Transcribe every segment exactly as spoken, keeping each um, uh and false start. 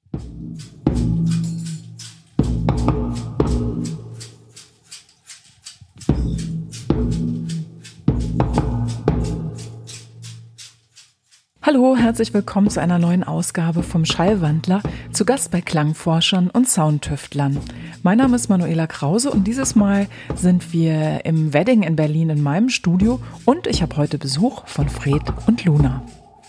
Hallo, herzlich willkommen zu einer neuen Ausgabe vom Schallwandler, zu Gast bei Klangforschern und Soundtüftlern. Mein Name ist Manuela Krause und dieses Mal sind wir im Wedding in Berlin in meinem Studio und ich habe heute Besuch von Fred und Luna.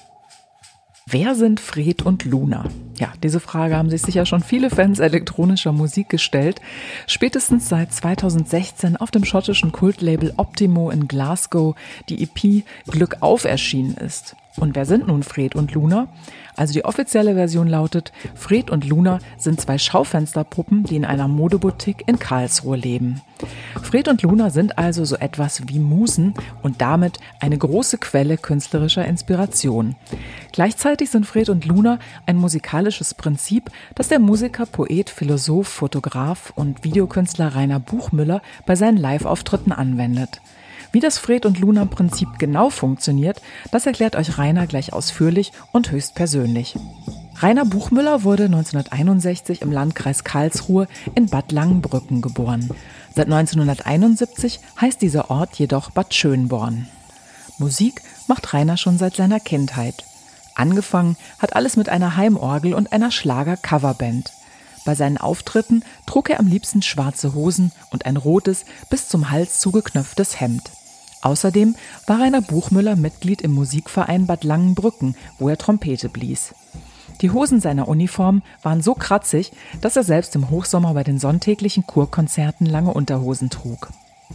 Wer sind Fred und Luna? Ja, diese Frage haben sich sicher schon viele Fans elektronischer Musik gestellt. Spätestens seit zweitausendsechzehn auf dem schottischen Kultlabel Optimo in Glasgow die E P Glück auf erschienen ist. Und wer sind nun Fred und Luna? Also die offizielle Version lautet, Fred und Luna sind zwei Schaufensterpuppen, die in einer Modeboutique in Karlsruhe leben. Fred und Luna sind also so etwas wie Musen und damit eine große Quelle künstlerischer Inspiration. Gleichzeitig sind Fred und Luna ein musikalisches Prinzip, das der Musiker, Poet, Philosoph, Fotograf und Videokünstler Rainer Buchmüller bei seinen Live-Auftritten anwendet. Wie das Fred und Luna-Prinzip genau funktioniert, das erklärt euch Rainer gleich ausführlich und höchstpersönlich. Rainer Buchmüller wurde neunzehnhunderteinundsechzig im Landkreis Karlsruhe in Bad Langenbrücken geboren. Seit neunzehnhunderteinundsiebzig heißt dieser Ort jedoch Bad Schönborn. Musik macht Rainer schon seit seiner Kindheit. Angefangen hat alles mit einer Heimorgel und einer Schlager-Coverband. Bei seinen Auftritten trug er am liebsten schwarze Hosen und ein rotes, bis zum Hals zugeknöpftes Hemd. Außerdem war Rainer Buchmüller Mitglied im Musikverein Bad Langenbrücken, wo er Trompete blies. Die Hosen seiner Uniform waren so kratzig, dass er selbst im Hochsommer bei den sonntäglichen Kurkonzerten lange Unterhosen trug.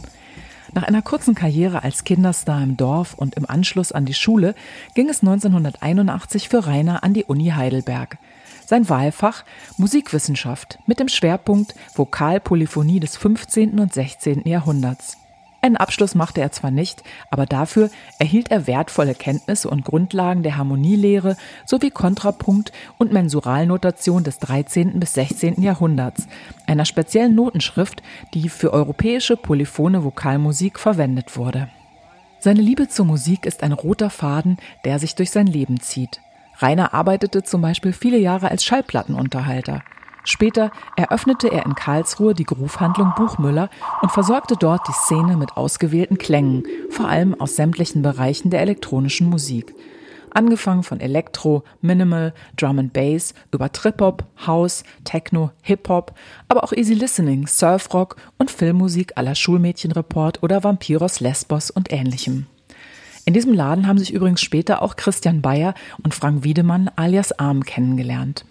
Nach einer kurzen Karriere als Kinderstar im Dorf und im Anschluss an die Schule ging es neunzehnhunderteinundachtzig für Rainer an die Uni Heidelberg. Sein Wahlfach Musikwissenschaft mit dem Schwerpunkt Vokalpolyphonie des fünfzehnten und sechzehnten Jahrhunderts. Einen Abschluss machte er zwar nicht, aber dafür erhielt er wertvolle Kenntnisse und Grundlagen der Harmonielehre sowie Kontrapunkt- und Mensuralnotation des dreizehnten bis sechzehnten Jahrhunderts, einer speziellen Notenschrift, die für europäische polyphone Vokalmusik verwendet wurde. Seine Liebe zur Musik ist ein roter Faden, der sich durch sein Leben zieht. Rainer arbeitete zum Beispiel viele Jahre als Schallplattenunterhalter. Später eröffnete er in Karlsruhe die Groove-Handlung Buchmüller und versorgte dort die Szene mit ausgewählten Klängen, vor allem aus sämtlichen Bereichen der elektronischen Musik. Angefangen von Elektro, Minimal, Drum and Bass, über Trip-Hop, House, Techno, Hip-Hop, aber auch Easy Listening, Surfrock und Filmmusik à la Schulmädchenreport oder Vampiros Lesbos und ähnlichem. In diesem Laden haben sich übrigens später auch Christian Bayer und Frank Wiedemann alias Arm kennengelernt.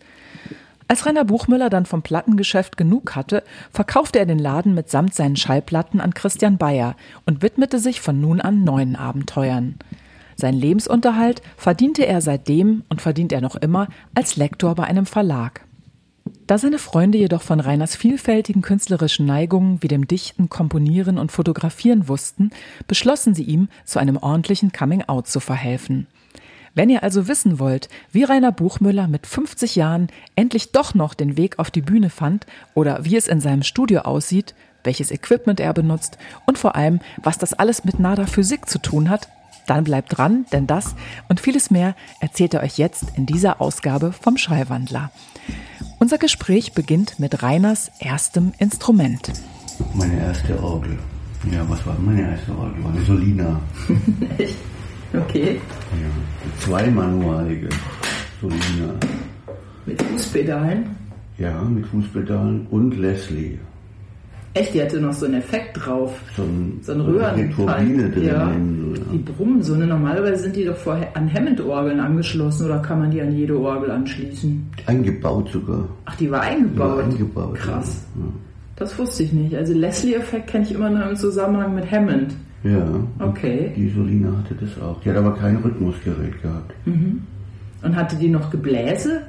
Als Rainer Buchmüller dann vom Plattengeschäft genug hatte, verkaufte er den Laden mitsamt seinen Schallplatten an Christian Bayer und widmete sich von nun an neuen Abenteuern. Seinen Lebensunterhalt verdiente er seitdem und verdient er noch immer als Lektor bei einem Verlag. Da seine Freunde jedoch von Rainers vielfältigen künstlerischen Neigungen wie dem Dichten, Komponieren und Fotografieren wussten, beschlossen sie ihm, zu einem ordentlichen Coming-out zu verhelfen. Wenn ihr also wissen wollt, wie Rainer Buchmüller mit fünfzig Jahren endlich doch noch den Weg auf die Bühne fand oder wie es in seinem Studio aussieht, welches Equipment er benutzt und vor allem, was das alles mit Nada Physik zu tun hat, dann bleibt dran, denn das und vieles mehr erzählt er euch jetzt in dieser Ausgabe vom Schallwandler. Unser Gespräch beginnt mit Rainers erstem Instrument. Meine erste Orgel. Ja, was war meine erste Orgel? War eine Solina. Echt? Okay. Ja, zweimanualige Solina. Mit Fußpedalen? Ja, mit Fußpedalen und Leslie. Echt, die hatte noch so einen Effekt drauf. So, ein, so ein Röhren. Eine Turbine drin. Ja, so, ja. Die brummen so. Ne? Normalerweise sind die doch vor, an Hammond-Orgeln angeschlossen oder kann man die an jede Orgel anschließen? Eingebaut sogar. Ach, die war eingebaut? Die war eingebaut. Krass. Ja. Das wusste ich nicht. Also Leslie-Effekt kenne ich immer nur im Zusammenhang mit Hammond. Ja, okay. Die Solina hatte das auch. Die hat aber kein Rhythmusgerät gehabt. Mhm. Und hatte die noch Gebläse?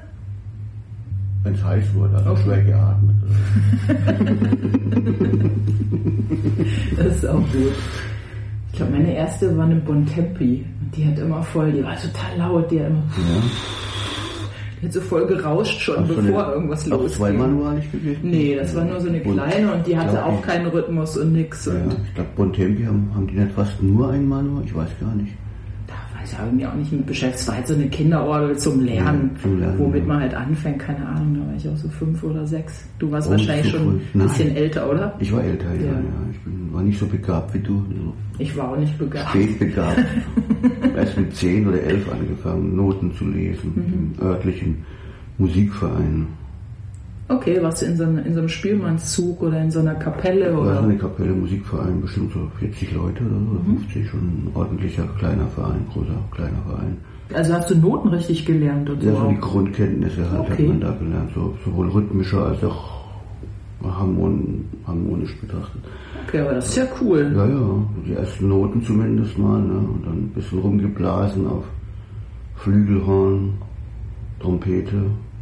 Wenn es heiß wurde, also okay. Schwer geatmet. Das ist auch gut. Ich glaube, meine erste war eine Bontempi. Die hat immer voll, die war total laut, die hat immer... Ja. Die hat so voll gerauscht schon, Ach, bevor eine, irgendwas losging. Auch zweimanualig gewesen? Nee, das war nur so eine kleine und die hatte glaub, auch keinen Rhythmus und nix. Ja, und ich glaube, Bontempi haben, haben die nicht fast nur ein Manual? Ich weiß gar nicht. Da ich habe mich auch nicht mit beschäftigt. Es war halt so eine Kinderorgel zum Lernen, ja, zum Lernen womit ja. man halt anfängt. Keine Ahnung, da war ich auch so fünf oder sechs. Du warst Oh, wahrscheinlich so schon früh. ein bisschen Nein. älter, oder? Ich war älter, ja. Ja. ja. Ich bin, war nicht so begabt wie du. So Ich war auch nicht begabt. spät begabt. Erst mit zehn oder elf angefangen, Noten zu lesen Mhm. im örtlichen Musikverein. Okay, warst du in so, einem, in so einem Spielmannszug oder in so einer Kapelle? Da war so Oder? eine Kapelle, Musikverein, bestimmt so vierzig Leute oder so, oder fünfzig, schon ein ordentlicher kleiner Verein, großer kleiner Verein. Also hast du Noten richtig gelernt und Ja, so? so die auch? Grundkenntnisse halt Okay. hat man da gelernt, so, sowohl rhythmischer als auch harmon, harmonisch betrachtet. Okay, aber das ist ja cool. Ja, ja, die ersten Noten zumindest mal, ne? Und dann ein bisschen rumgeblasen auf Flügelhorn, Trompete.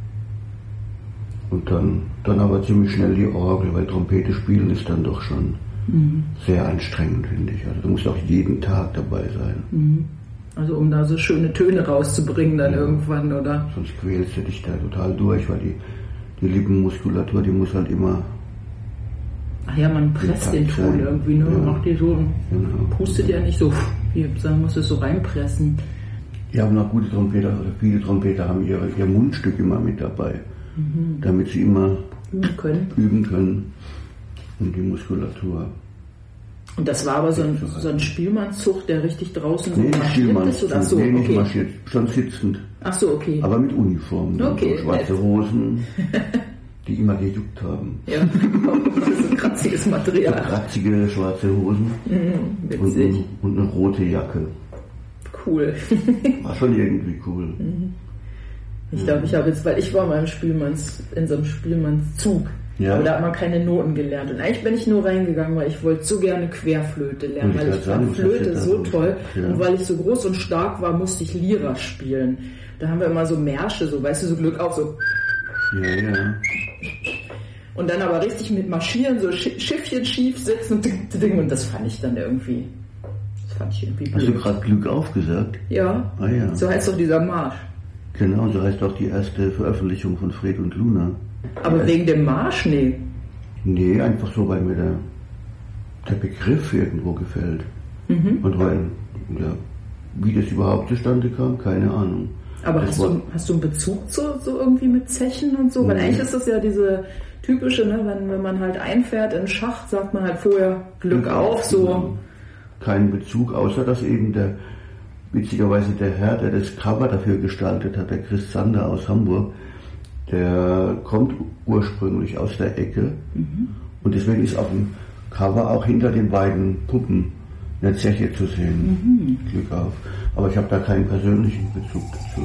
Und dann, dann aber ziemlich schnell die Orgel, weil Trompete spielen ist dann doch schon Mhm. sehr anstrengend, finde ich. Also du musst auch jeden Tag dabei sein. Mhm. Also um da so schöne Töne rauszubringen dann Ja. irgendwann, oder? Sonst quälst du dich da total durch, weil die, die Lippenmuskulatur, die muss halt immer, Ach ja, man presst den Ton sein. irgendwie, ne? Ja. Macht die so, genau. pustet ja nicht so, wie sagen muss es so reinpressen. Die haben auch gute Trompeter, also viele Trompeter haben ihre, ihr Mundstück immer mit dabei, damit sie immer Üben können. üben können und die Muskulatur. Und das war aber so ein, so ein Spielmannszug, der richtig draußen so Nee, nicht marschiert ist, oder? Ach so, nee, nicht okay. marschiert, schon sitzend, Ach so, okay. aber mit Uniform. ne? Okay, so schwarze nett. Hosen, die immer gejuckt haben. Ja, so kratziges So Material. kratzige schwarze Hosen und, Witzig. ein, und eine rote Jacke. Cool. War schon irgendwie cool. Ich glaube, ich habe jetzt, weil ich war mal im Spielmanns, in so einem Spielmannszug. Ja. Aber da hat man keine Noten gelernt. Und eigentlich bin ich nur reingegangen, weil ich wollte so gerne Querflöte lernen, Wollte weil ich ich grad sagen, fand was hast Flöte du da so gemacht? toll. Ja. Und weil ich so groß und stark war, musste ich Lira spielen. Da haben wir immer so Märsche, so, weißt du, so Glück auf, so. Ja, ja. Und dann aber richtig mit Marschieren, so Sch- Schiffchen schief sitzen und ding, ding, und das fand ich dann irgendwie, das fand ich irgendwie Hast du blöd. gerade Glück aufgesagt? Ja, Ah ja. so heißt doch dieser Marsch. Genau, so heißt auch die erste Veröffentlichung von Fred und Luna. Aber wegen dem Marsch, nee. Nee, einfach so, weil mir der, der Begriff irgendwo gefällt. Mhm. Und weil, ja, wie das überhaupt zustande kam, keine Ahnung. Aber Das hast war- du, hast du einen Bezug zu, so irgendwie mit Zechen und so? Weil Nee. eigentlich ist das ja diese typische, ne, wenn, wenn man halt einfährt in Schacht, sagt man halt vorher Glück auf, so. Keinen Bezug, außer dass eben der, witzigerweise der Herr, der das Cover dafür gestaltet hat, der Chris Sander aus Hamburg, der kommt ursprünglich aus der Ecke und deswegen ist auf dem Cover auch hinter den beiden Puppen eine Zeche zu sehen. Glück auf. Aber ich habe da keinen persönlichen Bezug dazu.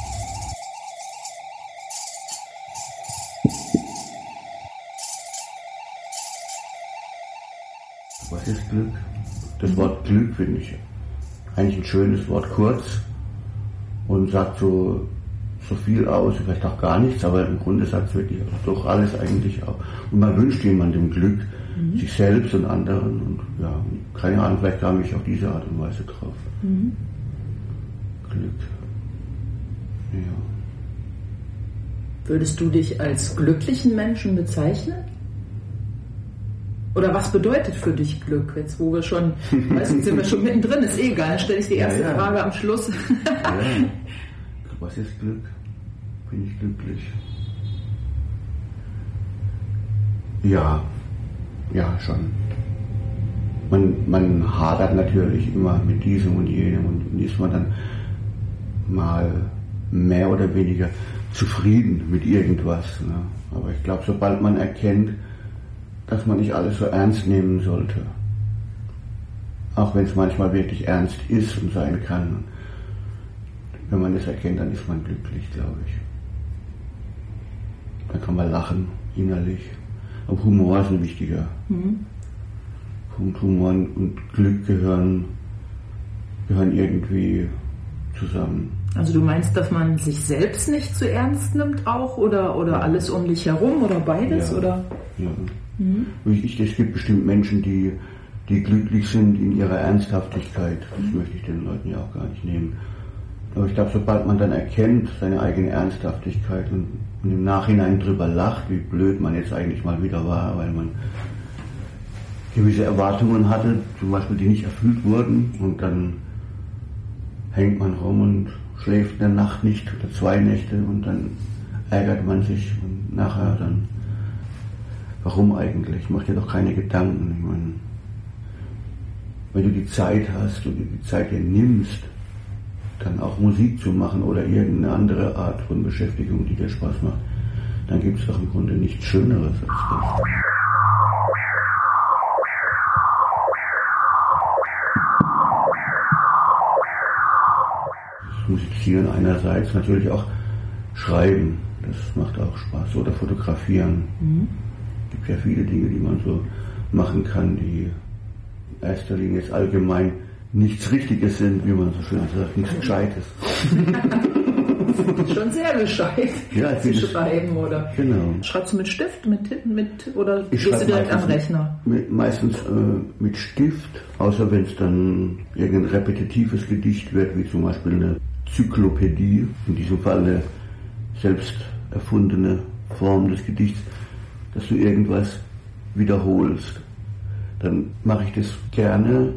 Was ist Glück? Das Wort Glück finde ich eigentlich ein schönes Wort, kurz und sagt so, so viel aus, vielleicht auch gar nichts, aber im Grunde sagt es wirklich doch alles eigentlich auch. Und man wünscht jemandem Glück, mhm. sich selbst und anderen und ja, keine Ahnung, vielleicht kam ich auf diese Art und Weise drauf. Mhm. Glück. Ja. Würdest du dich als glücklichen Menschen bezeichnen? Oder was bedeutet für dich Glück? Jetzt, wo wir schon, weißt du, sind wir schon mittendrin, ist eh egal, dann stelle ich die erste Ja, ja. Frage am Schluss. Ja. Was ist Glück? Bin ich glücklich? Ja, ja, schon. Man, man hadert natürlich immer mit diesem und jenem und ist man dann mal mehr oder weniger zufrieden mit irgendwas. Ne? Aber ich glaube, sobald man erkennt, dass man nicht alles so ernst nehmen sollte, auch wenn es manchmal wirklich ernst ist und sein kann, wenn man das erkennt, dann ist man glücklich, glaube ich. Dann kann man lachen, innerlich. Aber Humor ist ein wichtiger. Mhm. Humor und Glück gehören, gehören irgendwie zusammen. Also du meinst, dass man sich selbst nicht zu ernst nimmt auch oder, oder alles um dich herum oder beides? Ja. Oder? Ja. Mhm. Ich, es gibt bestimmt Menschen, die, die glücklich sind in ihrer Ernsthaftigkeit. Das möchte ich den Leuten ja auch gar nicht nehmen. Aber ich glaube, sobald man dann erkennt, seine eigene Ernsthaftigkeit und, und im Nachhinein drüber lacht, wie blöd man jetzt eigentlich mal wieder war, weil man gewisse Erwartungen hatte, zum Beispiel, die nicht erfüllt wurden, und dann hängt man rum und schläft eine Nacht nicht oder zwei Nächte und dann ärgert man sich und nachher dann, warum eigentlich? Mach dir doch keine Gedanken. Ich meine, wenn du die Zeit hast und die Zeit dir nimmst, dann auch Musik zu machen oder irgendeine andere Art von Beschäftigung, die dir Spaß macht, dann gibt es doch im Grunde nichts Schöneres als das. Musizieren einerseits, natürlich auch Schreiben, das macht auch Spaß, oder Fotografieren. Mhm. Es gibt ja viele Dinge, die man so machen kann, die in erster Linie jetzt allgemein nichts Richtiges sind, wie man so schön sagt, nichts Gescheites. Schon sehr gescheit, ja, zu schreiben, oder? Genau. Schreibst du mit Stift, mit, mit oder ich gehst du direkt am Rechner? Mit, meistens äh, mit Stift, außer wenn es dann irgendein repetitives Gedicht wird, wie zum Beispiel eine Zyklopädie, in diesem Fall eine selbst erfundene Form des Gedichts, dass du irgendwas wiederholst. Dann mache ich das gerne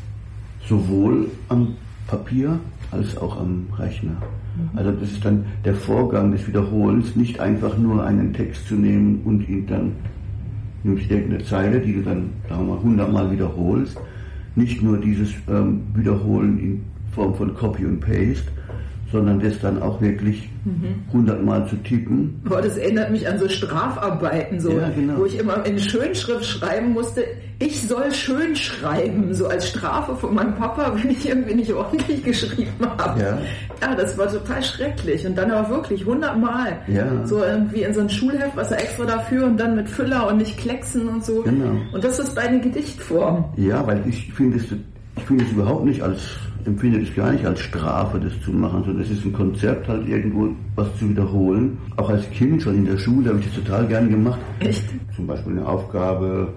sowohl am Papier als auch am Rechner. Mhm. Also das ist dann der Vorgang des Wiederholens, nicht einfach nur einen Text zu nehmen und ihn dann, nimmst irgendeine Zeile, die du dann, sagen wir mal, hundertmal wiederholst, nicht nur dieses ähm, Wiederholen in Form von Copy und Paste, sondern das dann auch wirklich hundertmal mhm. zu tippen. Boah, das erinnert mich an so Strafarbeiten, so, ja, genau. wo ich immer in Schönschrift schreiben musste, ich soll schön schreiben, so als Strafe von meinem Papa, wenn ich irgendwie nicht ordentlich geschrieben habe. Ja, ja, das war total schrecklich. Und dann aber wirklich hundertmal. Ja. So irgendwie in so ein Schulheft, was er extra dafür und dann mit Füller und nicht Klecksen und so. Genau. Und das ist deine Gedichtform. Ja, weil ich finde es, ich finde es überhaupt nicht als empfinde es gar nicht als Strafe, das zu machen, sondern es ist ein Konzept, halt irgendwo was zu wiederholen. Auch als Kind schon in der Schule habe ich das total gerne gemacht. Echt? Zum Beispiel eine Aufgabe,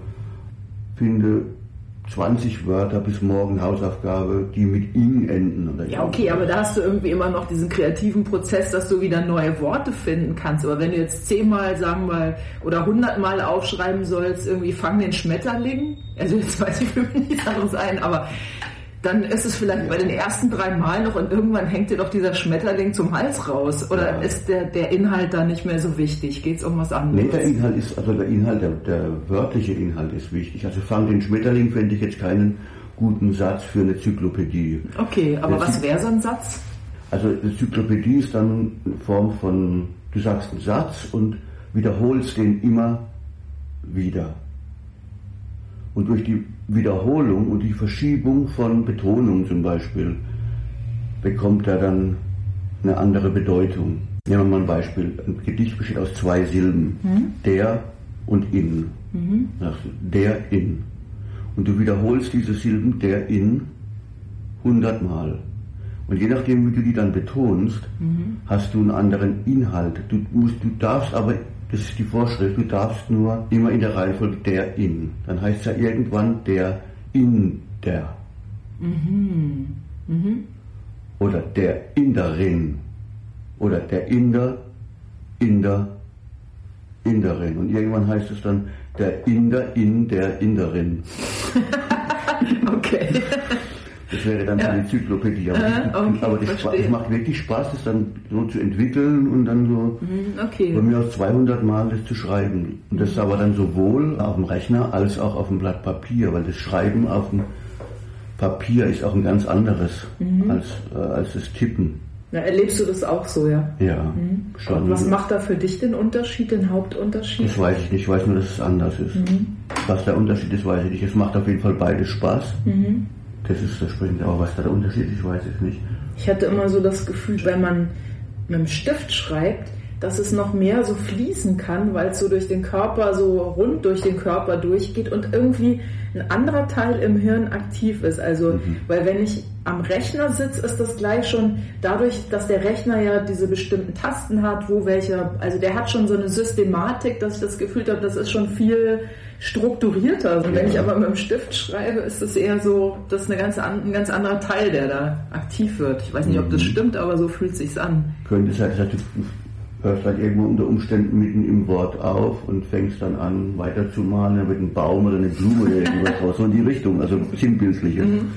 finde zwanzig Wörter bis morgen Hausaufgabe, die mit ing enden. Oder ja, okay, aber da hast du irgendwie immer noch diesen kreativen Prozess, dass du wieder neue Worte finden kannst. Aber wenn du jetzt zehnmal, sagen wir mal, oder hundertmal aufschreiben sollst, irgendwie fang den Schmetterling, also jetzt weiß ich für mich nichts anderes ein, aber dann ist es vielleicht bei den ersten drei Mal noch und irgendwann hängt dir doch dieser Schmetterling zum Hals raus. Oder ja. ist der, der Inhalt da nicht mehr so wichtig? Geht es um was anderes? Nee, der Inhalt ist, also der Inhalt, der, der wörtliche Inhalt ist wichtig. Also fang den Schmetterling fände ich jetzt keinen guten Satz für eine Zyklopädie. Okay, aber der was wäre so ein Satz? Also eine Zyklopädie ist dann in Form von, du sagst einen Satz und wiederholst den immer wieder. Und durch die Wiederholung und die Verschiebung von Betonung zum Beispiel bekommt er dann eine andere Bedeutung. Nehmen wir mal ein Beispiel. Ein Gedicht besteht aus zwei Silben. Mhm. Der und in. Mhm. Der in. Und du wiederholst diese Silben der in hundertmal. Und je nachdem, wie du die dann betonst, mhm. hast du einen anderen Inhalt. Du musst, du darfst aber, das ist die Vorschrift, du darfst nur immer in der Reihenfolge der in. Dann heißt es ja irgendwann der in der. Mhm. Mhm. Oder der Inderin. Oder der Inder, Inder, Inderin. Und irgendwann heißt es dann der Inder in der Inderin. Okay. Das wäre dann ja. eine Zyklopädie. Aber, äh, okay, aber das, das macht wirklich Spaß, das dann so zu entwickeln und dann so okay. bei mir aus zweihundert Mal das zu schreiben. Und das aber dann sowohl auf dem Rechner als auch auf dem Blatt Papier, weil das Schreiben auf dem Papier ist auch ein ganz anderes mhm. als, äh, als das Tippen. Na, erlebst du das auch so, ja? Ja, mhm. schon. Und was macht da für dich den Unterschied, den Hauptunterschied? Das weiß ich nicht, ich weiß nur, dass es anders ist. Mhm. Was der Unterschied ist, weiß ich nicht. Es macht auf jeden Fall beides Spaß. Mhm. Das ist das Springende, aber was da der Unterschied ist, weiß ich nicht. Ich hatte immer so das Gefühl, wenn man mit dem Stift schreibt, dass es noch mehr so fließen kann, weil es so durch den Körper, so rund durch den Körper durchgeht und irgendwie ein anderer Teil im Hirn aktiv ist. Also, mhm. weil wenn ich am Rechner sitze, ist das gleich schon dadurch, dass der Rechner ja diese bestimmten Tasten hat, wo welcher, also der hat schon so eine Systematik, dass ich das Gefühl habe, das ist schon viel strukturierter. Und ja. wenn ich aber mit dem Stift schreibe, ist das eher so, das ist eine ganz an, ein ganz anderer Teil, der da aktiv wird. Ich weiß nicht, ob das stimmt, aber so fühlt es sich an. Könnte es sein, dass du hörst halt irgendwo unter Umständen mitten im Wort auf und fängst dann an weiterzumalen, dann wird ein Baum oder eine Blume oder irgendwas raus, so in die Richtung, also sinnbildlich. Mhm.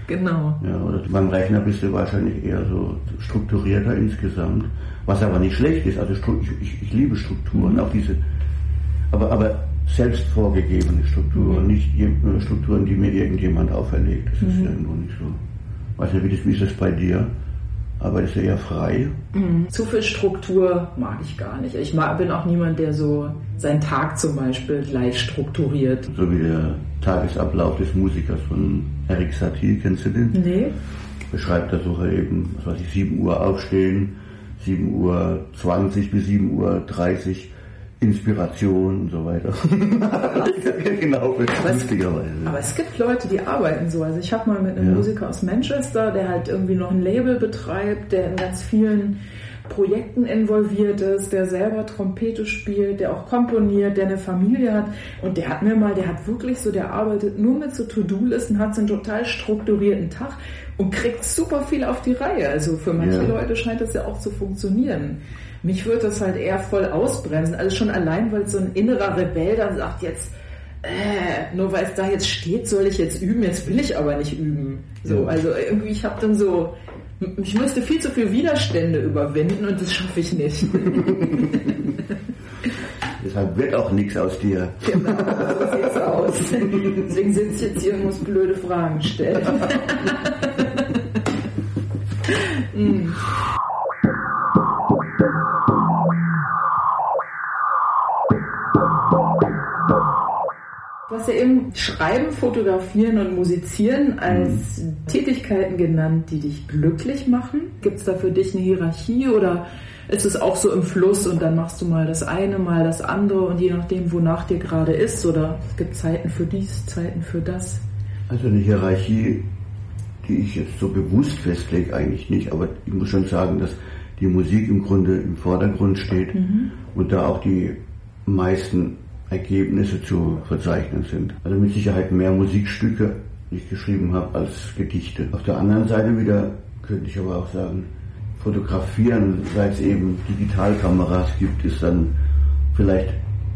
Genau. Ja, oder beim Rechner bist du wahrscheinlich eher so strukturierter insgesamt, was aber nicht schlecht ist. Also ich, ich, ich liebe Strukturen, mhm. auch diese, aber, aber selbst vorgegebene Strukturen, mhm. nicht Strukturen, die mir irgendjemand auferlegt. Das mhm. ist ja irgendwo nicht so. Weiß nicht, wie, das, wie ist das bei dir? Aber das ist ja eher frei. Mhm. Zu viel Struktur mag ich gar nicht. Ich mag, bin auch niemand, der so seinen Tag zum Beispiel gleich strukturiert. So wie der Tagesablauf des Musikers von Erik Satie, kennst du den? Nee. Beschreibt er so eben, was weiß ich, sieben Uhr aufstehen, sieben Uhr zwanzig bis sieben Uhr dreißig Inspiration und so weiter. Genau, lustigerweise. Aber es gibt Leute, die arbeiten so. Also ich habe mal mit einem ja. Musiker aus Manchester, der halt irgendwie noch ein Label betreibt, der in ganz vielen Projekten involviert ist, der selber Trompete spielt, der auch komponiert, der eine Familie hat. Und der hat mir mal, der hat wirklich so, der arbeitet nur mit so To-Do-Listen, hat so einen total strukturierten Tag und kriegt super viel auf die Reihe. Also für manche ja. Leute scheint das ja auch zu funktionieren. Mich würde das halt eher voll ausbremsen. Also schon allein, weil so ein innerer Rebell dann sagt jetzt, äh, nur weil es da jetzt steht, soll ich jetzt üben, jetzt will ich aber nicht üben. So, also irgendwie, ich habe dann so, ich müsste viel zu viel Widerstände überwinden und das schaffe ich nicht. Deshalb wird auch nichts aus dir. Genau, so sieht's aus. Deswegen sitze ich jetzt hier und muss blöde Fragen stellen. mm. Du hast ja eben Schreiben, Fotografieren und Musizieren als mhm. Tätigkeiten genannt, die dich glücklich machen. Gibt es da für dich eine Hierarchie oder ist es auch so im Fluss und dann machst du mal das eine, mal das andere und je nachdem, wonach dir gerade ist oder es gibt Zeiten für dies, Zeiten für das? Also eine Hierarchie, die ich jetzt so bewusst festlege, eigentlich nicht, aber ich muss schon sagen, dass die Musik im Grunde im Vordergrund steht mhm. und da auch die meisten Ergebnisse zu verzeichnen sind. Also mit Sicherheit mehr Musikstücke, die ich geschrieben habe, als Gedichte. Auf der anderen Seite wieder könnte ich aber auch sagen, fotografieren, seit es eben Digitalkameras gibt, ist dann vielleicht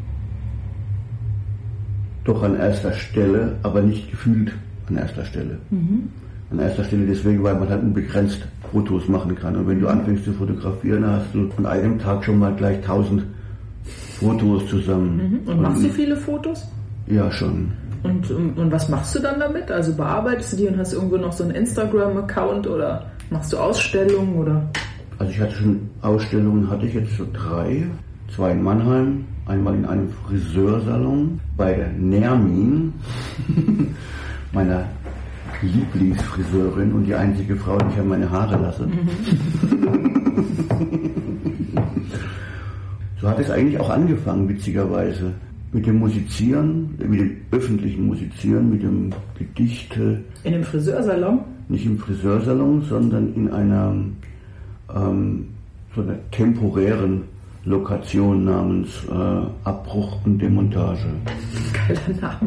doch an erster Stelle, aber nicht gefühlt an erster Stelle. Mhm. An erster Stelle deswegen, weil man halt unbegrenzt Fotos machen kann. Und wenn du anfängst zu fotografieren, hast du an einem Tag schon mal gleich tausend Fotos zusammen. Mhm. Und machst du viele Fotos? Ja, schon. Und, und, und was machst du dann damit? Also bearbeitest du die und hast irgendwo noch so einen Instagram-Account oder machst du Ausstellungen oder? Also ich hatte schon Ausstellungen, hatte ich jetzt so drei. Zwei in Mannheim, einmal in einem Friseursalon bei der Nermin, meiner Lieblingsfriseurin und die einzige Frau, die ich an meine Haare lasse. Mhm. So hat es eigentlich auch angefangen, witzigerweise, mit dem Musizieren, mit dem öffentlichen Musizieren, mit dem Gedichte. In dem Friseursalon? Nicht im Friseursalon, sondern in einer ähm, so einer temporären Lokation namens äh, Abbruch und Demontage. Geiler Name.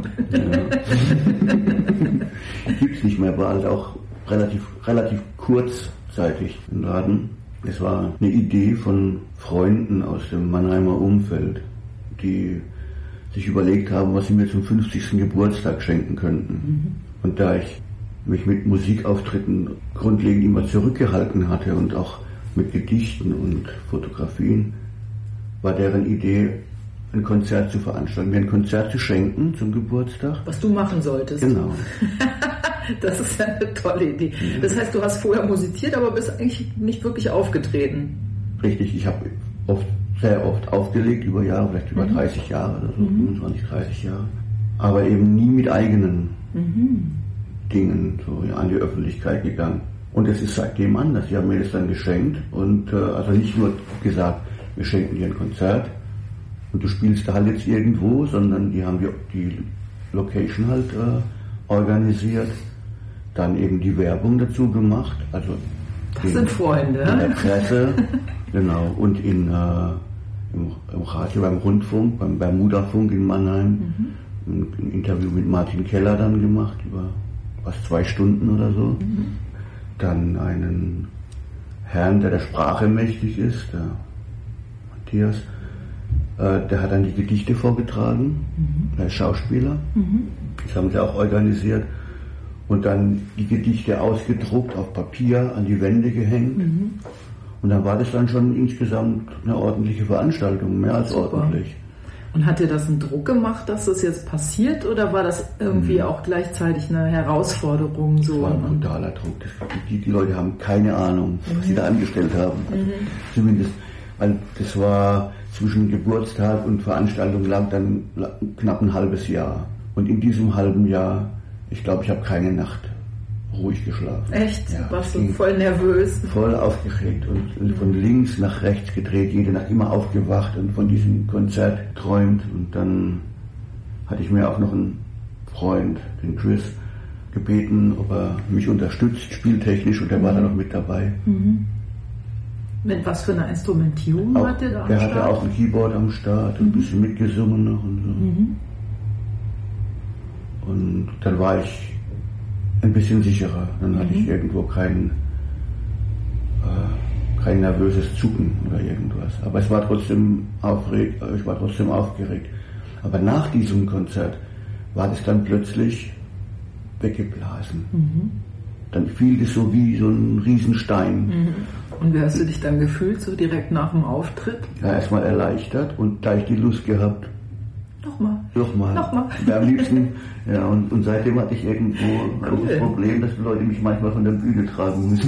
Ja. Gibt's nicht mehr, war halt auch relativ, relativ kurzzeitig im Laden. Es war eine Idee von Freunden aus dem Mannheimer Umfeld, die sich überlegt haben, was sie mir zum fünfzigsten Geburtstag schenken könnten. Mhm. Und da ich mich mit Musikauftritten grundlegend immer zurückgehalten hatte und auch mit Gedichten und Fotografien, war deren Idee, ein Konzert zu veranstalten, mir ein Konzert zu schenken zum Geburtstag. Was du machen solltest. Genau. Das ist ja eine tolle Idee. Das heißt, du hast vorher musiziert, aber bist eigentlich nicht wirklich aufgetreten. Richtig, ich habe oft, sehr oft aufgelegt, über Jahre, vielleicht über mhm. dreißig Jahre oder so, mhm. fünfundzwanzig, dreißig Jahre. Aber eben nie mit eigenen mhm. Dingen so an die Öffentlichkeit gegangen. Und es ist seitdem anders. Sie haben mir das dann geschenkt und äh, also nicht nur gesagt, wir schenken dir ein Konzert und du spielst da halt jetzt irgendwo, sondern die haben die, die Location halt äh, organisiert, dann eben die Werbung dazu gemacht, also das in, sind Freunde. In der Presse, genau, und in, äh, im, im Radio, beim Rundfunk, beim Bermuda-Funk in Mannheim, mhm. ein, ein Interview mit Martin Keller dann gemacht, über was zwei Stunden oder so. Mhm. Dann einen Herrn, der der Sprache mächtig ist, der Matthias, äh, der hat dann die Gedichte vorgetragen, mhm. der ist Schauspieler, mhm. das haben sie auch organisiert. und dann die Gedichte ausgedruckt, auf Papier an die Wände gehängt. Mhm. Und dann war das dann schon insgesamt eine ordentliche Veranstaltung, mehr als Super. ordentlich. Und hat dir das einen Druck gemacht, dass das jetzt passiert, oder war das irgendwie mhm. auch gleichzeitig eine Herausforderung? So? Das war ein totaler Druck. Das, die, die Leute haben keine Ahnung, mhm. was sie da angestellt haben. Also mhm. Zumindest, weil das war zwischen Geburtstag und Veranstaltung lag dann knapp ein halbes Jahr. Und in diesem halben Jahr, ich glaube, ich habe keine Nacht ruhig geschlafen. Echt? Ja, warst du voll nervös? Voll aufgeregt und, und von links nach rechts gedreht, jede Nacht immer aufgewacht und von diesem Konzert geträumt. Und dann hatte ich mir auch noch einen Freund, den Chris, gebeten, ob er mich unterstützt, spieltechnisch, und der mhm. war dann noch mit dabei. Mhm. Mit was für einer Instrumentierung auch, hat der da am Der Start? hatte auch ein Keyboard am Start und mhm. ein bisschen mitgesungen noch und so. Mhm. Und dann war ich ein bisschen sicherer. Dann hatte mhm. ich irgendwo kein, äh, kein nervöses Zucken oder irgendwas. Aber es war trotzdem aufregt, ich war trotzdem aufgeregt. Aber nach diesem Konzert war das dann plötzlich weggeblasen. Mhm. Dann fiel das so wie so ein Riesenstein. Mhm. Und wie hast du dich dann gefühlt, so direkt nach dem Auftritt? Ja, erstmal erleichtert, und da ich die Lust gehabt, Nochmal. Nochmal. Nochmal. Ja, am liebsten. Ja, und, und seitdem hatte ich irgendwo cool. das Problem, dass die Leute mich manchmal von der Bühne tragen müssen.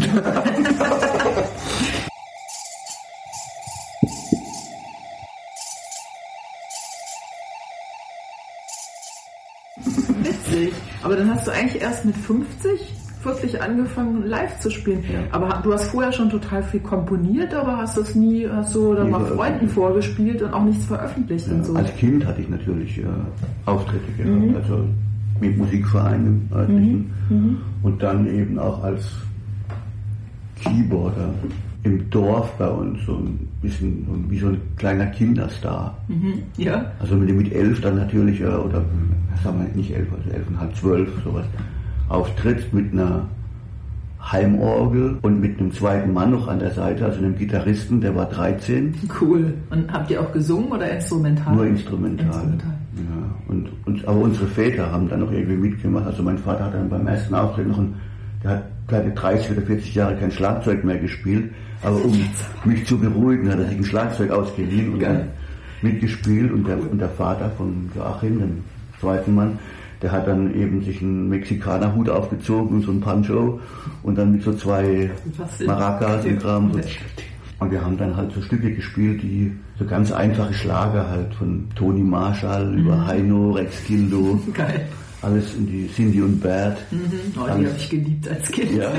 Witzig. Aber dann hast du eigentlich erst mit fünfzig wirklich angefangen, live zu spielen. Ja. Aber du hast vorher schon total viel komponiert, aber hast das nie, hast du dann mal Freunden vorgespielt und auch nichts veröffentlicht ja, und so. Als Kind hatte ich natürlich äh, Auftritte gehabt, mhm. also mit Musikvereinen im örtlichen mhm. und dann eben auch als Keyboarder im Dorf bei uns, so ein bisschen wie so ein kleiner Kinderstar. Mhm. Ja. Also mit, mit elf dann natürlich, äh, oder sagen wir nicht elf, also elf und halb zwölf, sowas, auftritt mit einer Heimorgel und mit einem zweiten Mann noch an der Seite, also einem Gitarristen, der war dreizehn. Cool. Und habt ihr auch gesungen oder instrumental? Nur instrumental. instrumental. Ja. Und, und, aber unsere Väter haben dann noch irgendwie mitgemacht. Also mein Vater hat dann beim ersten Auftritt noch ein, der hat keine dreißig oder vierzig Jahre kein Schlagzeug mehr gespielt, aber um mich zu beruhigen, hat er sich ein Schlagzeug ausgeliehen und dann mitgespielt. Und der, und der Vater von Joachim, dem zweiten Mann, der hat dann eben sich einen Mexikanerhut aufgezogen und so ein Pancho und dann mit so zwei Maracas und Kram. So. Und wir haben dann halt so Stücke gespielt, die so ganz einfache Schlager halt, von Toni Marshall mhm. über Heino, Rex Gildo. Geil. Alles in die Cindy und Bert. Mhm. Oh, die habe ich geliebt als Kind. Ja.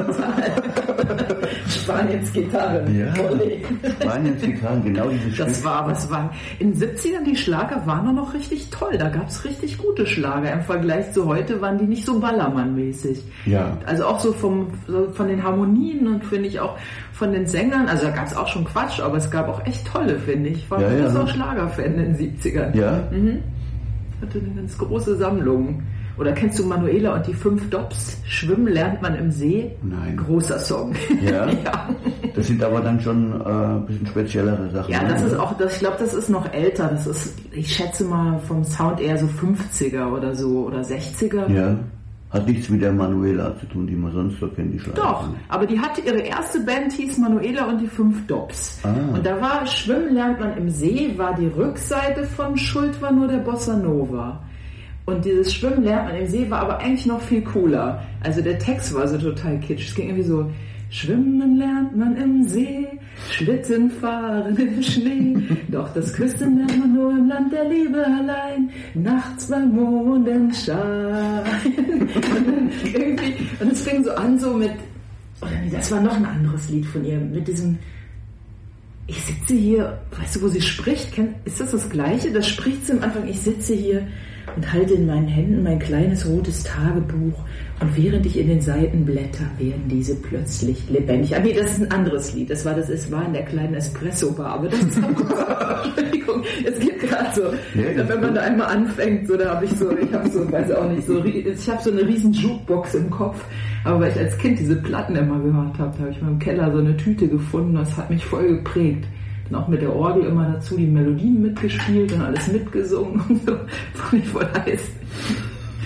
Spaniens Gitarre. Ja. Spaniens Gitarren, genau dieses Das Stück. war, was waren. In den siebzigern, die Schlager waren noch richtig toll. Da gab es richtig gute Schlager. Im Vergleich zu heute waren die nicht so Ballermann-mäßig. Ja. Also auch so, vom, so von den Harmonien und finde ich auch von den Sängern. Also da gab es auch schon Quatsch, aber es gab auch echt tolle, finde ich. Ich war ja, ja. auch Schlagerfan in den siebzigern. Ja. Mhm. Hatte eine ganz große Sammlung. Oder kennst du Manuela und die fünf Dops? Schwimmen lernt man im See? Nein. Großer Song. Ja? Ja. Das sind aber dann schon äh, ein bisschen speziellere Sachen. Ja, das ist auch, das, ich glaube, das ist noch älter. Das ist, ich schätze mal vom Sound eher so fünfziger oder so oder sechziger. Ja. Hat nichts mit der Manuela zu tun, die man sonst so kennt, die Schlager. Doch, aber die hatte ihre erste Band, hieß Manuela und die fünf Dops. Ah. Und da war Schwimmen lernt man im See, war die Rückseite von Schuld war nur der Bossa Nova. Und dieses Schwimmen lernt man im See war aber eigentlich noch viel cooler. Also der Text war so total kitsch. Es ging irgendwie so: Schwimmen lernt man im See, Schlitten fahren im Schnee. Doch das Küssen lernt man nur im Land der Liebe allein, nachts beim Mondenschein. Und irgendwie, und es fing so an so mit, oder nee, das war noch ein anderes Lied von ihr, mit diesem: Ich sitze hier, weißt du, wo sie spricht? Ist das das Gleiche? Das spricht sie am Anfang: Ich sitze hier und halte in meinen Händen mein kleines rotes Tagebuch, und während ich in den Seiten blätter, werden diese plötzlich lebendig. Ah nee, das ist ein anderes Lied. Das war das, es war in der kleinen Espresso-Bar, aber das ist Entschuldigung, es geht gerade so, ja, wenn man da einmal anfängt, so, da habe ich so, ich habe so, weiß auch nicht, so, ich habe so eine riesen Jukebox im Kopf, aber weil ich als Kind diese Platten immer gehört habe, da habe ich mal im Keller so eine Tüte gefunden, das hat mich voll geprägt. Dann auch mit der Orgel immer dazu die Melodien mitgespielt und alles mitgesungen und so. Fand ich voll heiß.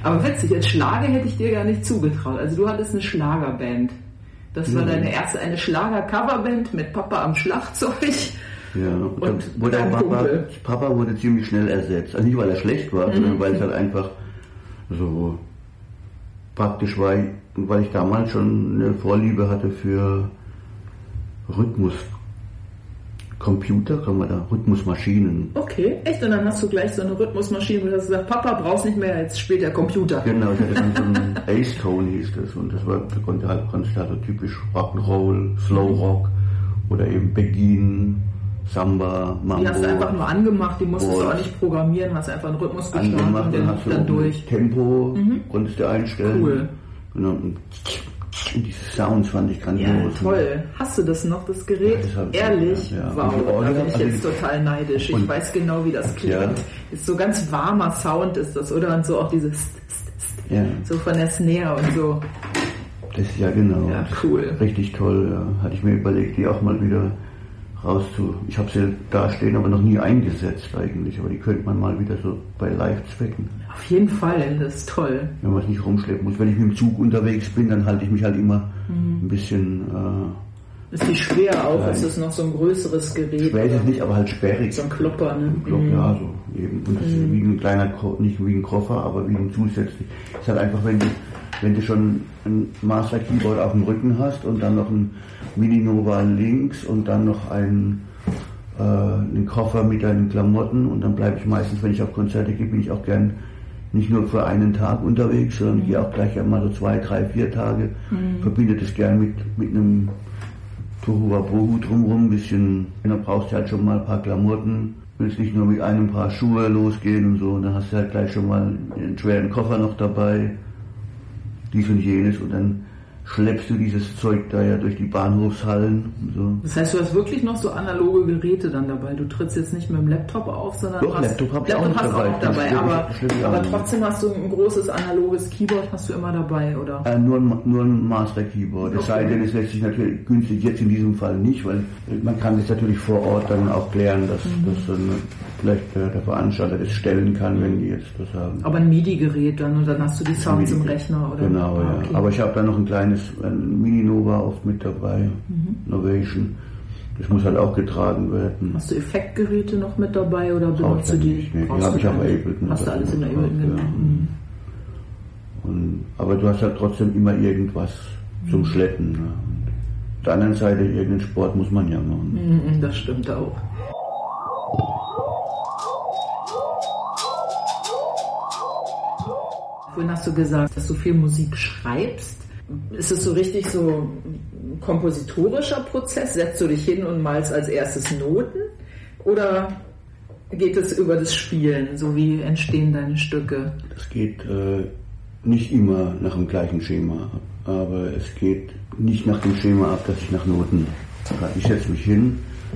Aber witzig, als Schlager hätte ich dir gar nicht zugetraut. Also du hattest eine Schlagerband. Das war deine erste, eine Schlager-Coverband mit Papa am Schlagzeug. Ja, und, und wurde Papa, Papa wurde ziemlich schnell ersetzt. Also nicht, weil er schlecht war, mhm. sondern weil es halt einfach so praktisch war, weil ich damals schon eine Vorliebe hatte für Rhythmus. Computer, kann man da, Rhythmusmaschinen. Okay, echt? Und dann hast du gleich so eine Rhythmusmaschine, wo du hast gesagt, Papa, brauchst nicht mehr, jetzt spielt der Computer. Genau, ich hatte dann so einen Ace-Tone hieß das und das war, da konnte halt, konntest halt so typisch Rock'n'Roll, Slow Rock oder eben Begin, Samba, Mambo. Die hast du einfach nur angemacht, die musstest du auch nicht programmieren, hast einfach einen Rhythmus gestartet angemacht und den hast dann du durch. Tempo mhm. konntest du einstellen. Cool. Genau, und diese Sounds fand ich grandios. Ja, toll. Hast du das noch, das Gerät? Ja, das Ehrlich? Ja, ja. Wow, da bin ich jetzt total neidisch. Ich weiß genau, wie das klingt. Ja. Ist so ganz warmer Sound ist das, oder? Und so auch dieses ja. so von der Snare und so. Das ist ja genau. Ja, cool. Richtig toll, ja. Hatte ich mir überlegt, die auch mal wieder rauszu... Ich habe sie da stehen, aber noch nie eingesetzt eigentlich. Aber die könnte man mal wieder so bei Live-Zwecken. Auf jeden Fall, das ist toll. Wenn man es nicht rumschleppen muss. Wenn ich mit dem Zug unterwegs bin, dann halte ich mich halt immer mhm. ein bisschen... Äh, ist die schwer auch? Ist es noch so ein größeres Gerät? Schwer ist es nicht, aber halt sperrig. So ein Klopper, ne? Ein Klopper, mhm. ja, so eben. Und das mhm. ist wie ein kleiner, nicht wie ein Koffer, aber wie ein zusätzlich. Es ist halt einfach, wenn du, wenn du schon ein Master Keyboard auf dem Rücken hast und dann noch ein Mini Nova links und dann noch ein äh, einen Koffer mit deinen Klamotten und dann bleibe ich meistens, wenn ich auf Konzerte gehe, bin ich auch gern nicht nur für einen Tag unterwegs, sondern mhm. gehe auch gleich einmal so zwei, drei, vier Tage, mhm. verbinde das gern mit, mit einem Tohuwabohu drumherum, ein bisschen, dann brauchst du halt schon mal ein paar Klamotten, willst nicht nur mit einem Paar Schuhe losgehen und so, und dann hast du halt gleich schon mal einen schweren Koffer noch dabei, dies und jenes, und dann schleppst du dieses Zeug da ja durch die Bahnhofshallen und so. Das heißt, du hast wirklich noch so analoge Geräte dann dabei. Du trittst jetzt nicht mit dem Laptop auf, sondern Doch, hast, Laptop, hab Laptop auch hast dabei. auch dabei. Das aber, stimmt, stimmt aber trotzdem hast du ein großes analoges Keyboard, hast du immer dabei, oder? Äh, nur, ein, nur ein Master Keyboard. Es okay. sei denn, es lässt sich natürlich günstig jetzt in diesem Fall nicht, weil man kann das natürlich vor Ort dann auch klären, dass, mhm. dass dann vielleicht der, der Veranstalter das stellen kann, wenn die jetzt das haben. Aber ein MIDI-Gerät dann, und dann hast du die Sounds im Rechner, oder? Genau, ah, okay. ja. Aber ich habe da noch ein kleines ein Mini Nova oft mit dabei, mhm. Novation. Das muss halt auch getragen werden. Hast du Effektgeräte noch mit dabei oder benutzt du die? Nicht, nee, die habe ich auf Ableton. Hast du alles in Ableton genommen? Ja. Mhm. Und, aber du hast halt trotzdem immer irgendwas mhm. zum Schleppen. Ne? Auf der anderen Seite, irgendeinen Sport muss man ja machen. Mhm, das stimmt auch. Vorhin hast du gesagt, dass du viel Musik schreibst. Ist es so richtig so ein kompositorischer Prozess? Setzt du dich hin und malst als erstes Noten? Oder geht es über das Spielen? So wie entstehen deine Stücke? Das geht äh, nicht immer nach dem gleichen Schema ab. Aber es geht nicht nach dem Schema ab, dass ich nach Noten schreibe. Ich setze mich hin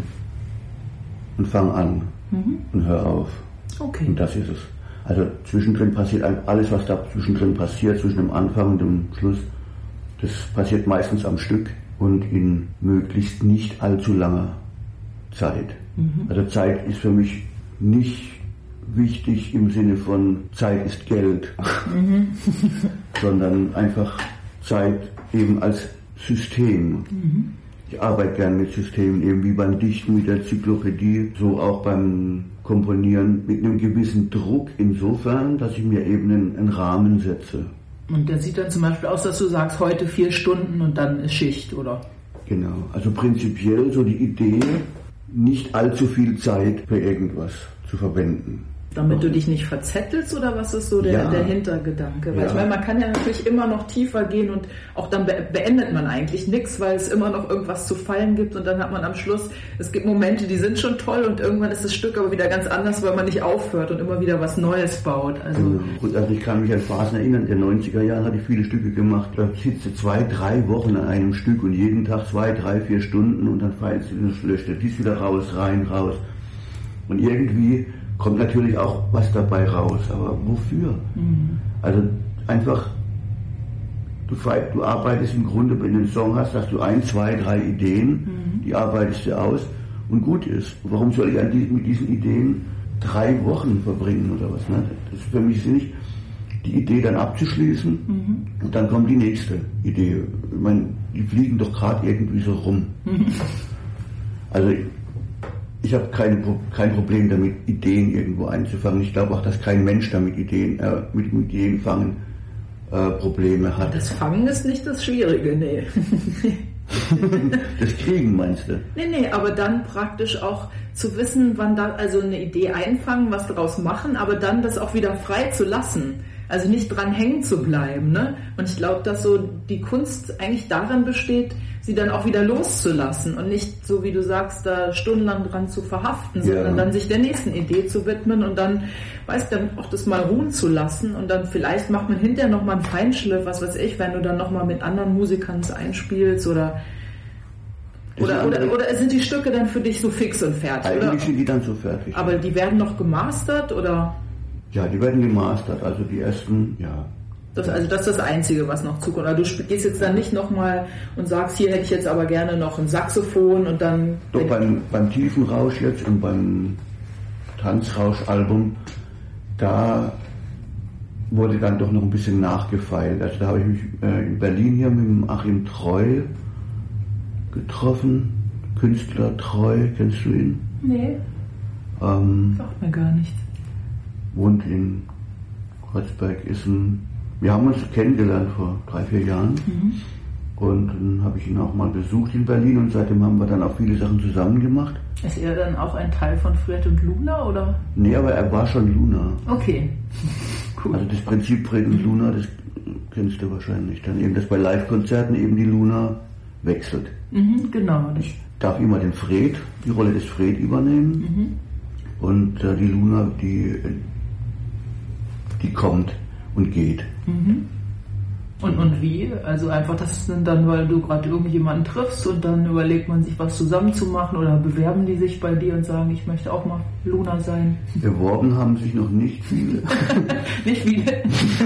und fange an mhm. und höre auf. Okay. Und das ist es. Also zwischendrin passiert alles, was da zwischendrin passiert, zwischen dem Anfang und dem Schluss, das passiert meistens am Stück und in möglichst nicht allzu langer Zeit. Mhm. Also Zeit ist für mich nicht wichtig im Sinne von Zeit ist Geld, mhm. sondern einfach Zeit eben als System. Mhm. Ich arbeite gern mit Systemen, eben wie beim Dichten mit der Enzyklopädie, so auch beim Komponieren mit einem gewissen Druck insofern, dass ich mir eben einen, einen Rahmen setze. Und der sieht dann zum Beispiel aus, dass du sagst, heute vier Stunden und dann ist Schicht, oder? Genau, also prinzipiell so die Idee, nicht allzu viel Zeit für irgendwas zu verwenden. Damit du dich nicht verzettelst, oder was ist so der, ja. der Hintergedanke? Weil ja. ich meine, man kann ja natürlich immer noch tiefer gehen und auch dann be- beendet man eigentlich nichts, weil es immer noch irgendwas zu fallen gibt und dann hat man am Schluss, es gibt Momente, die sind schon toll und irgendwann ist das Stück aber wieder ganz anders, weil man nicht aufhört und immer wieder was Neues baut. Also, Gut, also ich kann mich an Phasen erinnern, in den neunziger Jahren hatte ich viele Stücke gemacht, da sitzt du zwei, drei Wochen an einem Stück und jeden Tag zwei, drei, vier Stunden und dann feilst du das, löscht dies wieder raus, rein, raus. Und irgendwie kommt natürlich auch was dabei raus, aber wofür? Mhm. Also einfach, du, du arbeitest im Grunde, wenn du einen Song hast, hast du ein, zwei, drei Ideen, mhm. die arbeitest du aus und gut ist. Warum soll ich an die, mit diesen Ideen drei Wochen verbringen oder was? Ne? Das ist für mich nicht. die Idee dann abzuschließen mhm. und dann kommt die nächste Idee. Ich meine, die fliegen doch gerade irgendwie so rum. Mhm. Also ich, ich habe keine, kein Problem damit, Ideen irgendwo einzufangen. Ich glaube auch, dass kein Mensch damit Ideen, äh, mit Ideen fangen äh, Probleme hat. Das Fangen ist nicht das Schwierige, nee. Das Kriegen meinst du? Nee, nee, aber dann praktisch auch zu wissen, wann da, also eine Idee einfangen, was daraus machen, aber dann das auch wieder frei zu lassen. Also nicht dran hängen zu bleiben, ne? Und ich glaube, dass so die Kunst eigentlich darin besteht, sie dann auch wieder loszulassen und nicht, so wie du sagst, da stundenlang dran zu verhaften, sondern ja. dann sich der nächsten Idee zu widmen und dann, weißt du, dann auch das mal ruhen zu lassen und dann vielleicht macht man hinterher nochmal einen Feinschliff, was weiß ich, wenn du dann nochmal mit anderen Musikern es einspielst oder Oder, oder, oder sind die Stücke dann für dich so fix und fertig? Eigentlich oder? sind die dann so fertig. Aber die werden noch gemastert, oder? Ja, die werden gemastert, also die ersten, ja. Das, also das ist das Einzige, was noch zukommt. Also du gehst jetzt dann nicht nochmal und sagst, hier hätte ich jetzt aber gerne noch ein Saxophon und dann... Doch, beim, beim Tiefenrausch jetzt und beim Tanzrausch-Album, da wurde dann doch noch ein bisschen nachgefeilt. Also da habe ich mich äh, in Berlin hier mit dem Achim Treu getroffen, Künstler Treu, kennst du ihn? Nee, ähm, sagt mir gar nichts. Wohnt in Kreuzberg, ist ein, wir haben uns kennengelernt vor drei, vier Jahren mhm. und dann habe ich ihn auch mal besucht in Berlin und seitdem haben wir dann auch viele Sachen zusammen gemacht. Ist er dann auch ein Teil von Fred und Luna, oder? Nee, aber er war schon Luna. Okay, cool. Also das Prinzip Fred und Luna, das kennst du wahrscheinlich dann eben, dass bei Live-Konzerten eben die Luna wechselt. Mhm, genau. Ich darf immer den Fred, die Rolle des Fred übernehmen mhm. und äh, die Luna, die, die kommt und geht. Mhm. Und, und wie? Also einfach, das ist dann, weil du gerade irgendjemanden triffst und dann überlegt man sich, was zusammen zu machen oder bewerben die sich bei dir und sagen, ich möchte auch mal Luna sein? Beworben haben sich noch nicht viele. Nicht viele?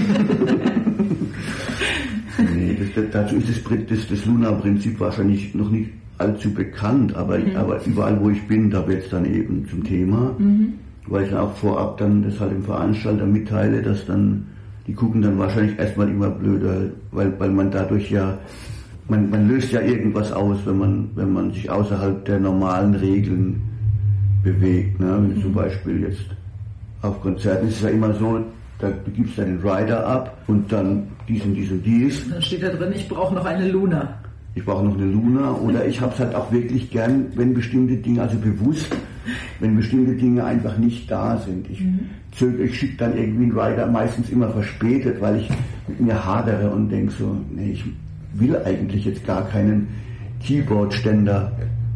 Nee, das, dazu ist das, das, das Luna-Prinzip wahrscheinlich noch nicht allzu bekannt, aber, mhm. aber überall, wo ich bin, da wird es dann eben zum Thema, mhm. weil ich dann auch vorab dann das halt dem Veranstalter mitteile, dass dann, die gucken dann wahrscheinlich erstmal immer blöder, weil, weil man dadurch ja, man, man löst ja irgendwas aus, wenn man, wenn man sich außerhalb der normalen Regeln bewegt, ne? Mhm. Zum Beispiel jetzt auf Konzerten ist es ja immer so, da gibst du den Rider ab und dann dies und dies und dies. Dann steht da drin, ich brauche noch eine Luna. Ich brauche noch eine Luna oder ich habe es halt auch wirklich gern, wenn bestimmte Dinge, also bewusst, wenn bestimmte Dinge einfach nicht da sind. Ich, mhm. ich schicke dann irgendwie einen Rider meistens immer verspätet, weil ich mit mir hadere und denke so, nee, ich will eigentlich jetzt gar keinen Keyboard-Ständer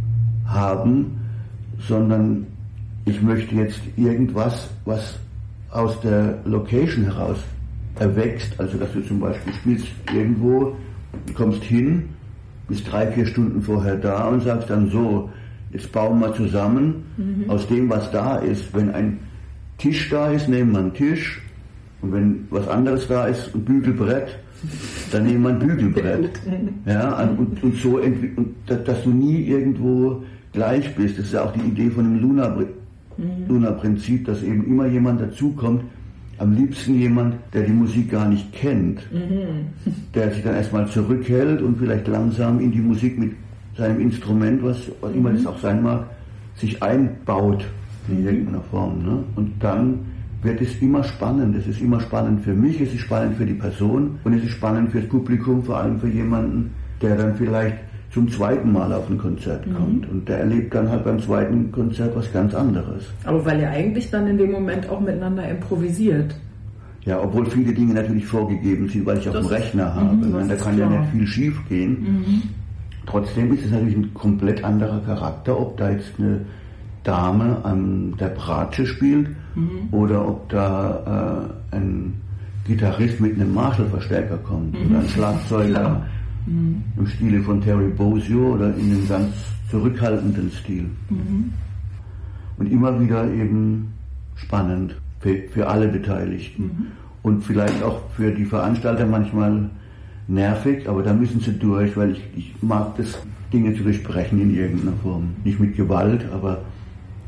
haben, sondern ich möchte jetzt irgendwas, was aus der Location heraus erwächst, also dass du zum Beispiel spielst irgendwo, du kommst hin, bist drei, vier Stunden vorher da und sagst dann so, jetzt bauen wir zusammen mhm. aus dem, was da ist. Wenn ein Tisch da ist, nehmen wir einen Tisch und wenn was anderes da ist, ein Bügelbrett, dann nehmen wir ein Bügelbrett. Ja, und, und so, und, dass du nie irgendwo gleich bist. Das ist ja auch die Idee von dem Luna-Prinzip. Mhm. Luna-Prinzip, dass eben immer jemand dazukommt, am liebsten jemand, der die Musik gar nicht kennt, mhm. der sich dann erstmal zurückhält und vielleicht langsam in die Musik mit seinem Instrument, was, was mhm. immer das auch sein mag, sich einbaut in mhm. irgendeiner Form. Ne? Und dann wird es immer spannend. Es ist immer spannend für mich, es ist spannend für die Person und es ist spannend fürs Publikum, vor allem für jemanden, der dann vielleicht zum zweiten Mal auf ein Konzert kommt. Mhm. Und der erlebt dann halt beim zweiten Konzert was ganz anderes. Aber weil ihr eigentlich dann in dem Moment auch miteinander improvisiert. Ja, obwohl viele Dinge natürlich vorgegeben sind, weil ich auch einen Rechner habe. Mhm, da kann klar. ja nicht viel schief gehen. Mhm. Trotzdem ist es natürlich ein komplett anderer Charakter, ob da jetzt eine Dame an der Bratsche spielt mhm. oder ob da äh, ein Gitarrist mit einem Marshall-Verstärker kommt mhm. oder ein Schlagzeuger mhm. im Stile von Terry Bozzio oder in einem ganz zurückhaltenden Stil. Mhm. Und immer wieder eben spannend für, für alle Beteiligten. Mhm. Und vielleicht auch für die Veranstalter manchmal nervig, aber da müssen sie durch, weil ich, ich mag das, Dinge zu durchbrechen in irgendeiner Form. Nicht mit Gewalt, aber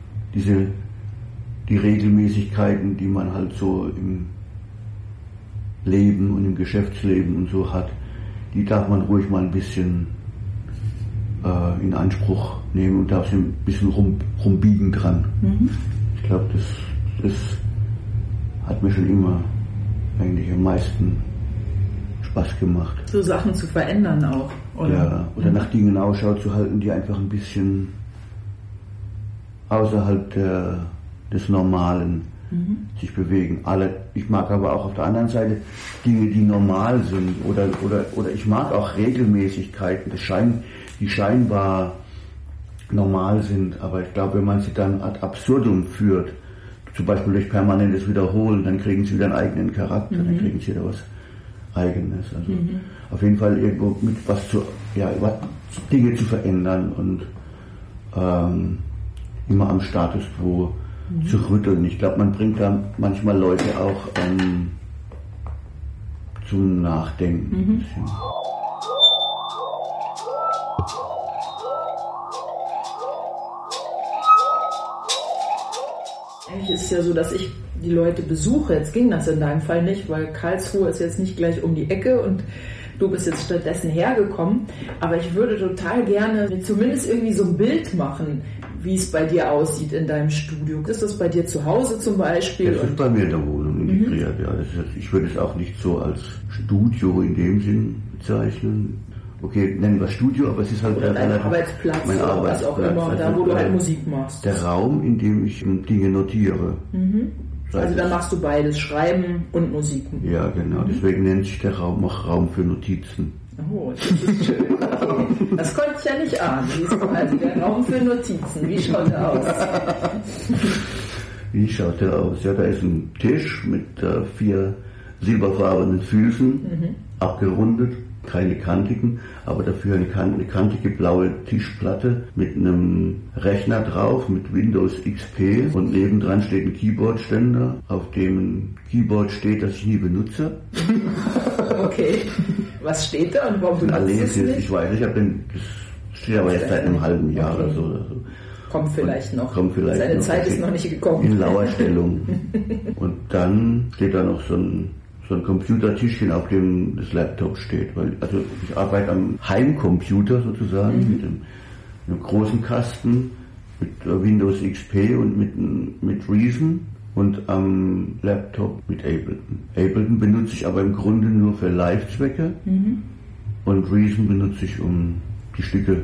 diese, die Regelmäßigkeiten, die man halt so im, Leben und im Geschäftsleben und so hat, die darf man ruhig mal ein bisschen äh, in Anspruch nehmen und darf sie ein bisschen rum, rumbiegen dran. Mhm. Ich glaube, das, das hat mir schon immer eigentlich am meisten Spaß gemacht. So Sachen zu verändern auch, oder? Ja, oder mhm. nach Dingen Ausschau zu halten, die einfach ein bisschen außerhalb der, des Normalen mhm. sich bewegen. Alle, ich mag aber auch auf der anderen Seite Dinge, die normal sind, oder, oder, oder ich mag auch Regelmäßigkeiten, das schein, die scheinbar normal sind, aber ich glaube, wenn man sie dann ad absurdum führt, zum Beispiel durch permanentes Wiederholen, dann kriegen sie wieder einen eigenen Charakter, mhm. dann kriegen sie wieder was Eigenes. Also mhm. auf jeden Fall irgendwo mit was zu, ja, Dinge zu verändern und ähm, immer am Status quo mhm. zu rütteln. Ich glaube, man bringt da manchmal Leute auch ähm, zum Nachdenken. Mhm. Eigentlich ist es ja so, dass ich die Leute besuche. Jetzt ging das in deinem Fall nicht, weil Karlsruhe ist jetzt nicht gleich um die Ecke und du bist jetzt stattdessen hergekommen. Aber ich würde total gerne zumindest irgendwie so ein Bild machen, wie es bei dir aussieht in deinem Studio. Ist das bei dir zu Hause zum Beispiel? Das ist bei mir in der Wohnung integriert, mhm. ja. Das ist, ich würde es auch nicht so als Studio in dem Sinn bezeichnen. Okay, nennen wir Studio, aber es ist halt oder dein Arbeitsplatz, mein oder Arbeitsplatz, was auch immer, also da wo du halt Musik machst. Der Raum, in dem ich Dinge notiere. Mhm. Also dann machst du beides, Schreiben und Musik. Ja, genau, mhm. deswegen nennt sich der Raum auch Raum für Notizen. Oh, das ist schön. Okay. Das konnte ich ja nicht ahnen. Also der Raum für Notizen, wie schaut der aus? Wie schaut der aus? Ja, da ist ein Tisch mit äh, vier silberfarbenen Füßen, mhm. abgerundet. Keine kantigen, aber dafür eine, kan- eine kantige blaue Tischplatte mit einem Rechner drauf, mit Windows X P und nebendran steht ein Keyboardständer, auf dem ein Keyboard steht, das ich nie benutze. Okay, was steht da und warum benutzt du es nicht? Ich weiß nicht, ich den, das steht aber jetzt seit einem halben Jahr okay. oder so. Oder so. Kommt vielleicht und noch. Kommt vielleicht Seine noch. Zeit ist noch nicht gekommen. In Lauerstellung. Und dann steht da noch so ein so ein Computertischchen, auf dem das Laptop steht. Weil, also ich arbeite am Heimcomputer sozusagen, mhm. mit einem, einem großen Kasten, mit Windows X P und mit, mit Reason und am Laptop mit Ableton. Ableton benutze ich aber im Grunde nur für Live-Zwecke mhm. und Reason benutze ich, um die Stücke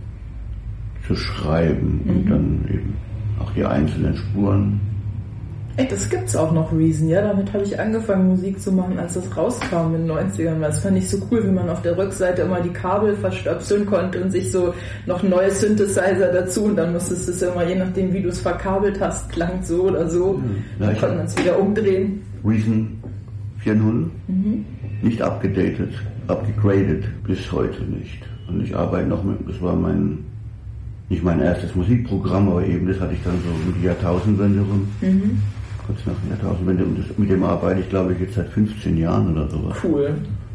zu schreiben mhm. und dann eben auch die einzelnen Spuren. Ey, das gibt's auch noch, Reason, ja, damit habe ich angefangen Musik zu machen, als das rauskam in den neunzigern, weil das fand ich so cool, wie man auf der Rückseite immer die Kabel verstöpseln konnte und sich so noch neue Synthesizer dazu und dann musstest du es immer, je nachdem wie du es verkabelt hast, klang so oder so, ja, dann konnte man es wieder umdrehen. Reason vier Punkt null, mhm. nicht abgedatet, abgegradet, bis heute nicht. Und ich arbeite noch mit, das war mein, nicht mein erstes Musikprogramm, aber eben das hatte ich dann so mit die Jahrtausendwende rum. Mhm. Kurz nach der Jahrtausendwende und das, mit dem arbeite ich glaube ich jetzt seit fünfzehn Jahren oder sowas. Cool.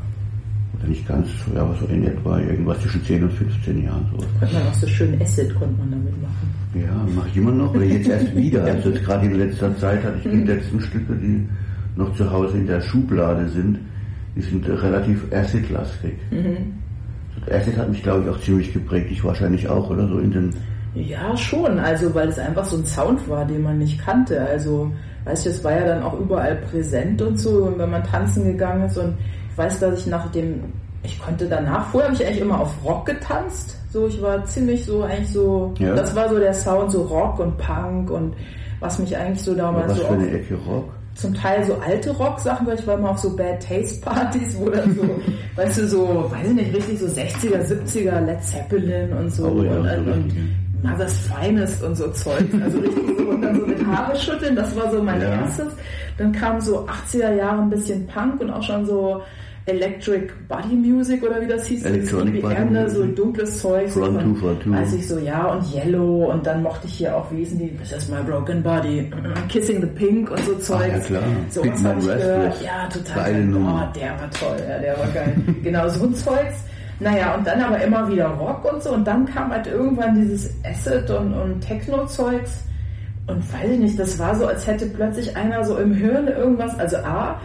Oder nicht ganz, ja, aber so in etwa irgendwas zwischen zehn und fünfzehn Jahren. So. Konnte man auch so schön Acid konnte man damit machen. Ja, mache ich immer noch, oder jetzt erst wieder. Also jetzt gerade in letzter Zeit hatte ich die letzten Stücke, die noch zu Hause in der Schublade sind, die sind relativ Acid-lastig. Mhm. Acid hat mich glaube ich auch ziemlich geprägt, ich wahrscheinlich auch, oder so in den... Ja, schon, also weil es einfach so ein Sound war, den man nicht kannte, also weißt du, es war ja dann auch überall präsent und so, und wenn man tanzen gegangen ist und ich weiß, dass ich nach dem, ich konnte danach, vorher habe ich eigentlich immer auf Rock getanzt, so, ich war ziemlich so, eigentlich so, ja. Das war so der Sound, so Rock und Punk und was mich eigentlich so damals was so... Was für eine Ecke Rock? Zum Teil so alte Rock-Sachen, weil ich war immer auf so Bad Taste-Partys, wo dann so, weißt du, so, weiß ich nicht, richtig so sechziger, siebziger Led Zeppelin und so oh, ja, und, so und Mother's Finest und so Zeug, also richtig so, und dann so mit Haare schütteln, das war so mein ja. erstes. Dann kam so achtziger Jahre ein bisschen Punk und auch schon so Electric Body Music oder wie das hieß, Electronic Body Music, so dunkles Zeug, so von, weiß ich so, ja, und Yellow und dann mochte ich hier auch, wie hießen die, das ist My Broken Body, Kissing the Pink und so Zeug. Ah, ja, klar. So was habe ich gehört, ja, total. Oh, der war toll, ja, der war geil. Genau, so ein Zeugs. Naja, und dann aber immer wieder Rock und so und dann kam halt irgendwann dieses Acid und, und Techno-Zeugs und weiß ich nicht, das war so, als hätte plötzlich einer so im Hirn irgendwas, also A,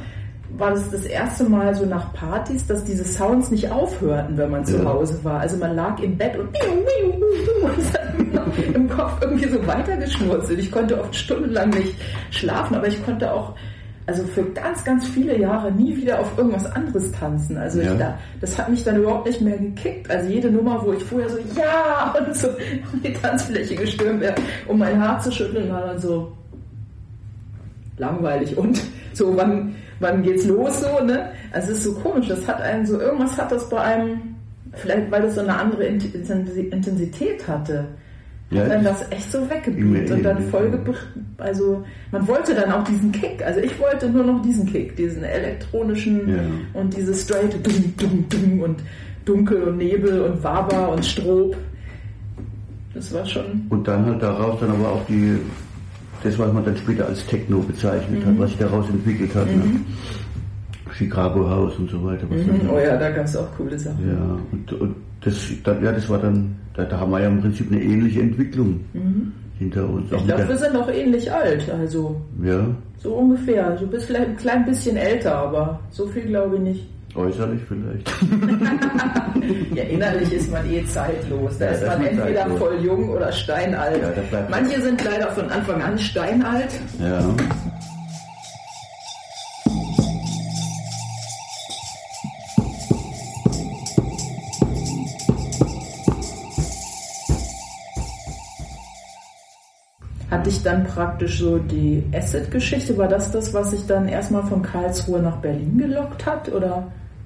war das das erste Mal so nach Partys, dass diese Sounds nicht aufhörten, wenn man ja. zu Hause war. Also man lag im Bett und, und es hat mir im Kopf irgendwie so weitergeschmurzelt. Ich konnte oft stundenlang nicht schlafen, aber ich konnte auch also für ganz, ganz viele Jahre nie wieder auf irgendwas anderes tanzen. Also ja. ich da, das hat mich dann überhaupt nicht mehr gekickt. Also jede Nummer, wo ich vorher so ja und so um die Tanzfläche gestürmt wäre, um mein Haar zu schütteln, war dann so langweilig und so, wann, wann geht's los so, ne? Also es ist so komisch, das hat einen so, irgendwas hat das bei einem, vielleicht weil das so eine andere Intensität hatte, ja, hat dann das echt so weggeblüht und dann voll gebracht, also man wollte dann auch diesen Kick, also ich wollte nur noch diesen Kick, diesen elektronischen ja. und dieses straight dum, dum, dum und Dunkel und Nebel und Waber und Strob, das war schon... Und dann halt daraus dann aber auch die das, was man dann später als Techno bezeichnet mhm. hat, was sich daraus entwickelt hat. Mhm. Ne? Chicago House und so weiter. Was mhm. Oh ja, da gab es auch coole Sachen. Ja, und, und das, da, ja, das war dann, da, da haben wir ja im Prinzip eine ähnliche Entwicklung mhm. hinter uns. Ich glaube, wir sind auch ähnlich alt, also ja. so ungefähr. Du bist vielleicht ein klein bisschen älter, aber so viel glaube ich nicht. Äußerlich vielleicht. Ja, innerlich ist man eh zeitlos. Da ja, ist man entweder zeitlos. Voll jung oder steinalt. Ja, manche sind leider von Anfang an steinalt. Ja. Hat dich dann praktisch so die Acid-Geschichte, war das das, was sich dann erstmal von Karlsruhe nach Berlin gelockt hat, oder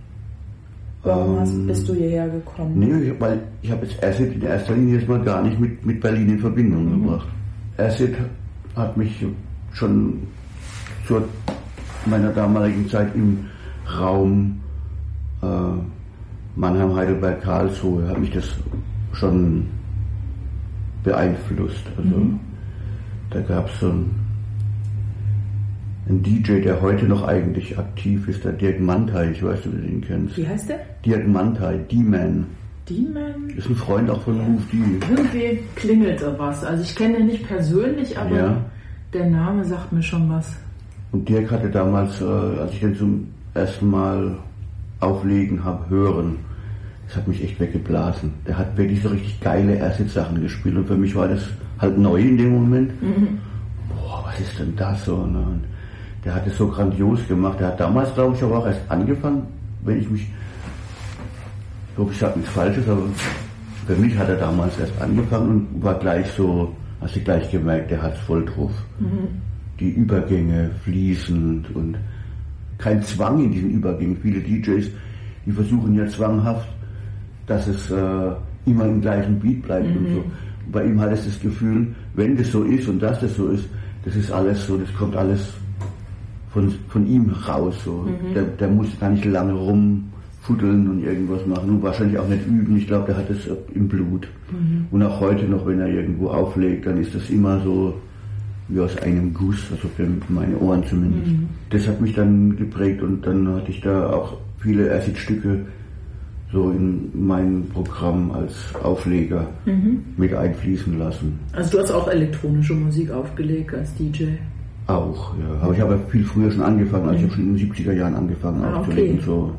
warum hast, ähm, bist du hierher gekommen? Nee, weil ich habe jetzt Acid in erster Linie erstmal gar nicht mit, mit Berlin in Verbindung mhm. gebracht. Acid hat mich schon zu meiner damaligen Zeit im Raum äh, Mannheim, Heidelberg, Karlsruhe, hat mich das schon beeinflusst. Also mhm. da gab es so einen, einen D J, der heute noch eigentlich aktiv ist, der Dirk Mantai, ich weiß nicht, ob du den kennst. Wie heißt der? Dirk Mantai, D-Man. D-Man? Ist ein Freund auch von Ruf D. Irgendwie klingelt da was. Also ich kenne ihn nicht persönlich, aber ja. der Name sagt mir schon was. Und Dirk hatte damals, äh, als ich den zum ersten Mal auflegen habe, hören, das hat mich echt weggeblasen. Der hat wirklich so richtig geile Acid-Sachen gespielt und für mich war das halt neu in dem Moment. Mhm. Boah, was ist denn das so? Ne? Der hat es so grandios gemacht. Der hat damals, glaube ich, aber auch erst angefangen, wenn ich mich, ich glaube, ich sage nichts Falsches, aber für mich hat er damals erst angefangen und war gleich so, hast du gleich gemerkt, der hat es voll drauf. Mhm. Die Übergänge fließend und kein Zwang in diesen Übergängen. Viele D Js, die versuchen ja zwanghaft, dass es äh, immer im gleichen Beat bleibt mhm. und so. Bei ihm hat es das Gefühl, wenn das so ist und dass das so ist, das ist alles so, das kommt alles von, von ihm raus. So. Mhm. Der, der muss gar nicht lange rumfuddeln und irgendwas machen und wahrscheinlich auch nicht üben. Ich glaube, der hat es im Blut. Mhm. Und auch heute noch, wenn er irgendwo auflegt, dann ist das immer so wie aus einem Guss, also für meine Ohren zumindest. Mhm. Das hat mich dann geprägt und dann hatte ich da auch viele Acid-Stücke so in mein Programm als Aufleger mhm. mit einfließen lassen. Also du hast auch elektronische Musik aufgelegt als D J? Auch, ja. Aber ich habe ja viel früher schon angefangen, also mhm. ich habe schon in den siebziger Jahren angefangen ah, aufzulegen, okay. so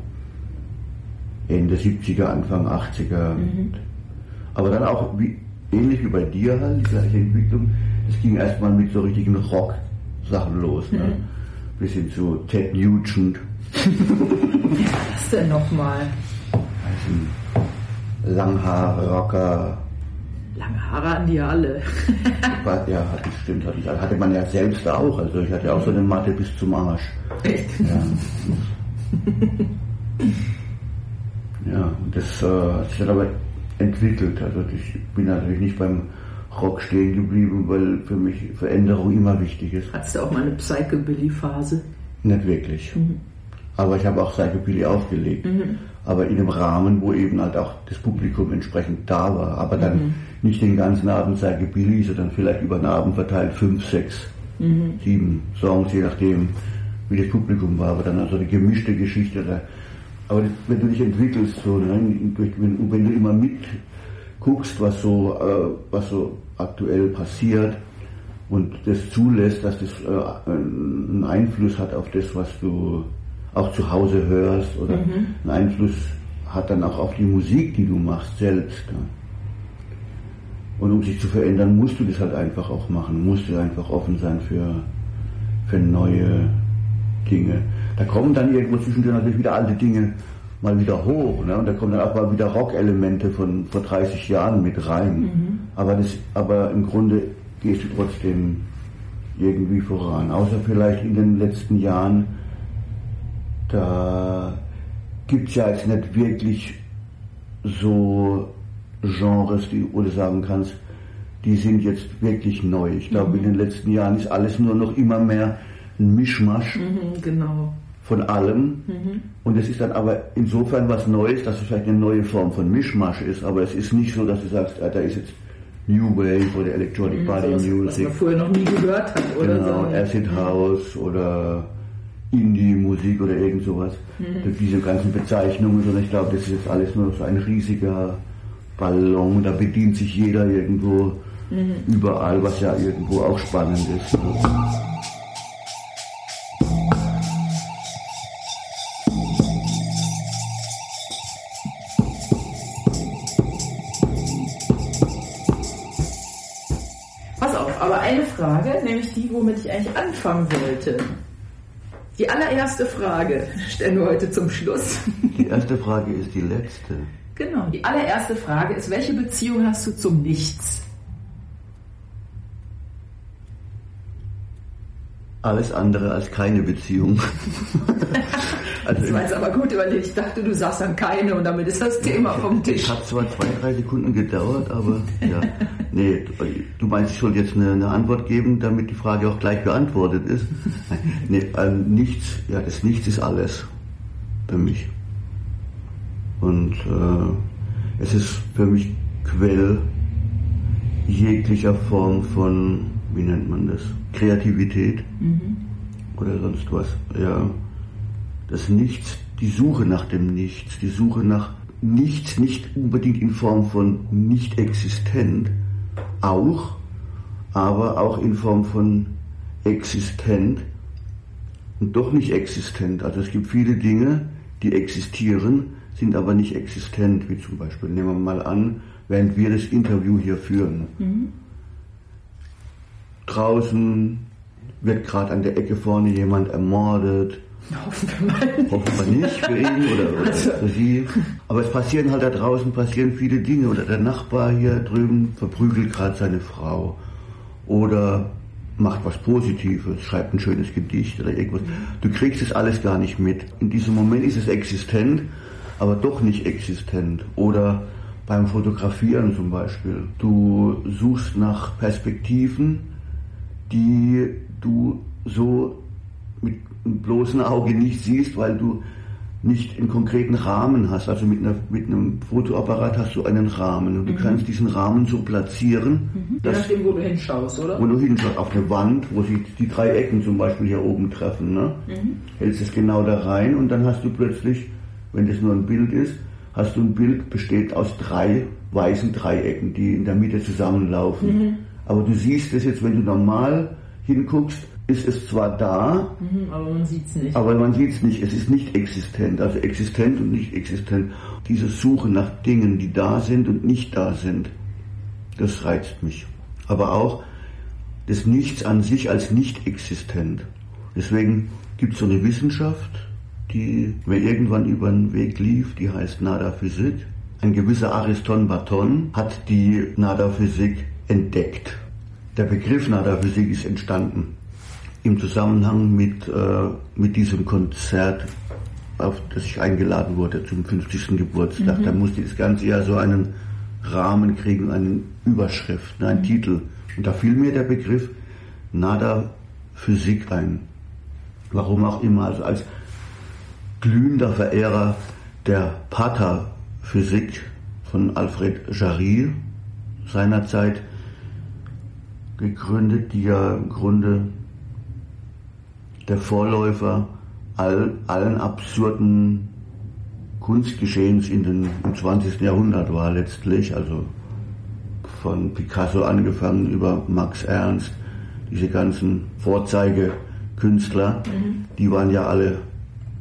Ende siebziger, Anfang achtziger. Mhm. Aber dann auch wie, ähnlich wie bei dir halt, die gleiche Entwicklung. Es ging erstmal mit so richtigen Rock-Sachen los, ne? Mhm. Bis hin zu Ted Nugent. Was denn nochmal? Langhaare, Rocker. Lange Haare hatten die ja alle. Ja, hatte, stimmt, hatte, ich, hatte man ja selbst auch. Also ich hatte auch so eine Matte bis zum Arsch. Echt? Ja, ja und das äh, hat sich dann aber entwickelt. Also ich bin natürlich nicht beim Rock stehen geblieben, weil für mich Veränderung immer wichtig ist. Hattest du auch mal eine Psychobilly-Phase? Nicht wirklich. Mhm. Aber ich habe auch Psychobilly aufgelegt. Mhm. Aber in einem Rahmen, wo eben halt auch das Publikum entsprechend da war. Aber dann mhm. nicht den ganzen Abend Psychobilly, sondern vielleicht über den Abend verteilt fünf, sechs, mhm. sieben Songs, je nachdem, wie das Publikum war. Aber dann also eine gemischte Geschichte. Aber wenn du dich entwickelst, so, ne, wenn, wenn du immer mitguckst, was so, äh, was so aktuell passiert und das zulässt, dass das äh, einen Einfluss hat auf das, was du auch zu Hause hörst oder mhm. einen Einfluss hat dann auch auf die Musik, die du machst selbst. Ja. Und um sich zu verändern, musst du das halt einfach auch machen, musst du einfach offen sein für, für neue Dinge. Da kommen dann irgendwo zwischendurch natürlich wieder alte Dinge mal wieder hoch, ne? Und da kommen dann auch mal wieder Rock-Elemente von vor dreißig Jahren mit rein. Mhm. Aber, das, aber im Grunde gehst du trotzdem irgendwie voran. Außer vielleicht in den letzten Jahren, da gibt es ja jetzt nicht wirklich so Genres, die, wo du sagen kannst, die sind jetzt wirklich neu. Ich glaube, mhm. in den letzten Jahren ist alles nur noch immer mehr ein Mischmasch mhm, genau. von allem. Mhm. Und es ist dann aber insofern was Neues, dass es vielleicht eine neue Form von Mischmasch ist, aber es ist nicht so, dass du sagst, ah, da ist jetzt New Wave oder Electronic mhm, Body so, Music. Was man vorher noch nie gehört hat. Oder genau, so. Acid House oder Indie-Musik oder irgend sowas. Mhm. Diese ganzen Bezeichnungen, sondern ich glaube, das ist jetzt alles nur so ein riesiger Ballon, da bedient sich jeder irgendwo mhm. überall, was ja irgendwo auch spannend ist. Pass auf, aber eine Frage, nämlich die, womit ich eigentlich anfangen wollte. Die allererste Frage stellen wir heute zum Schluss. Die erste Frage ist die letzte. Genau, die allererste Frage ist, welche Beziehung hast du zum Nichts? Alles andere als keine Beziehung. Also das war jetzt aber gut überlegt. Ich dachte, du sagst dann keine und damit ist das Thema vom Tisch. Es hat zwar zwei, drei Sekunden gedauert, aber ja. Nee, du meinst, ich soll jetzt eine, eine Antwort geben, damit die Frage auch gleich beantwortet ist? Nee, ähm, nichts, ja, das Nichts ist alles für mich. Und äh, es ist für mich Quell jeglicher Form von, wie nennt man das, Kreativität mhm. oder sonst was. Ja, das Nichts, die Suche nach dem Nichts, die Suche nach Nichts, nicht unbedingt in Form von nicht existent, auch, aber auch in Form von existent und doch nicht existent. Also es gibt viele Dinge, die existieren, sind aber nicht existent, wie zum Beispiel, nehmen wir mal an, während wir das Interview hier führen. Mhm. Draußen wird gerade an der Ecke vorne jemand ermordet. Hoffen wir mal. Hoffen wir nicht für ihn oder, oder also. für sie. Aber es passieren halt da draußen passieren viele Dinge. Oder der Nachbar hier drüben verprügelt gerade seine Frau. Oder macht was Positives, schreibt ein schönes Gedicht oder irgendwas. Du kriegst es alles gar nicht mit. In diesem Moment ist es existent, aber doch nicht existent. Oder beim Fotografieren zum Beispiel. Du suchst nach Perspektiven, die du so mit einem bloßen Auge nicht siehst, weil du nicht einen konkreten Rahmen hast. Also mit, einer, mit einem Fotoapparat hast du einen Rahmen und du mhm. kannst diesen Rahmen so platzieren. Mhm. Je nachdem, wo du hinschaust, oder? Wo du hinschaust, auf eine Wand, wo sich die drei Ecken zum Beispiel hier oben treffen. Ne? Mhm. Hältst es genau da rein und dann hast du plötzlich, wenn das nur ein Bild ist, hast du ein Bild, besteht aus drei weißen Dreiecken, die in der Mitte zusammenlaufen. Mhm. Aber du siehst es jetzt, wenn du normal hinguckst, ist es zwar da, mhm, aber man sieht es nicht. Aber man sieht es nicht, es ist nicht existent, also existent und nicht existent. Diese Suche nach Dingen, die da sind und nicht da sind, das reizt mich. Aber auch das Nichts an sich als nicht existent. Deswegen gibt es so eine Wissenschaft, die mir irgendwann über den Weg lief, die heißt Nada Physik. Ein gewisser Ariston Baton hat die Nada Physik entdeckt. Der Begriff Nada Physik ist entstanden im Zusammenhang mit, äh, mit diesem Konzert, auf das ich eingeladen wurde zum fünfzigsten Geburtstag. Mhm. Da musste das Ganze ja so einen Rahmen kriegen, eine Überschrift, einen mhm. Titel. Und da fiel mir der Begriff Nada Physik ein. Warum auch immer, also als glühender Verehrer der Pathaphysik von Alfred Jarry seinerzeit gegründet, die ja im Grunde der Vorläufer all, allen absurden Kunstgeschehens in den, im zwanzigsten Jahrhundert war letztlich, also von Picasso angefangen über Max Ernst, diese ganzen Vorzeigekünstler, mhm. die waren ja alle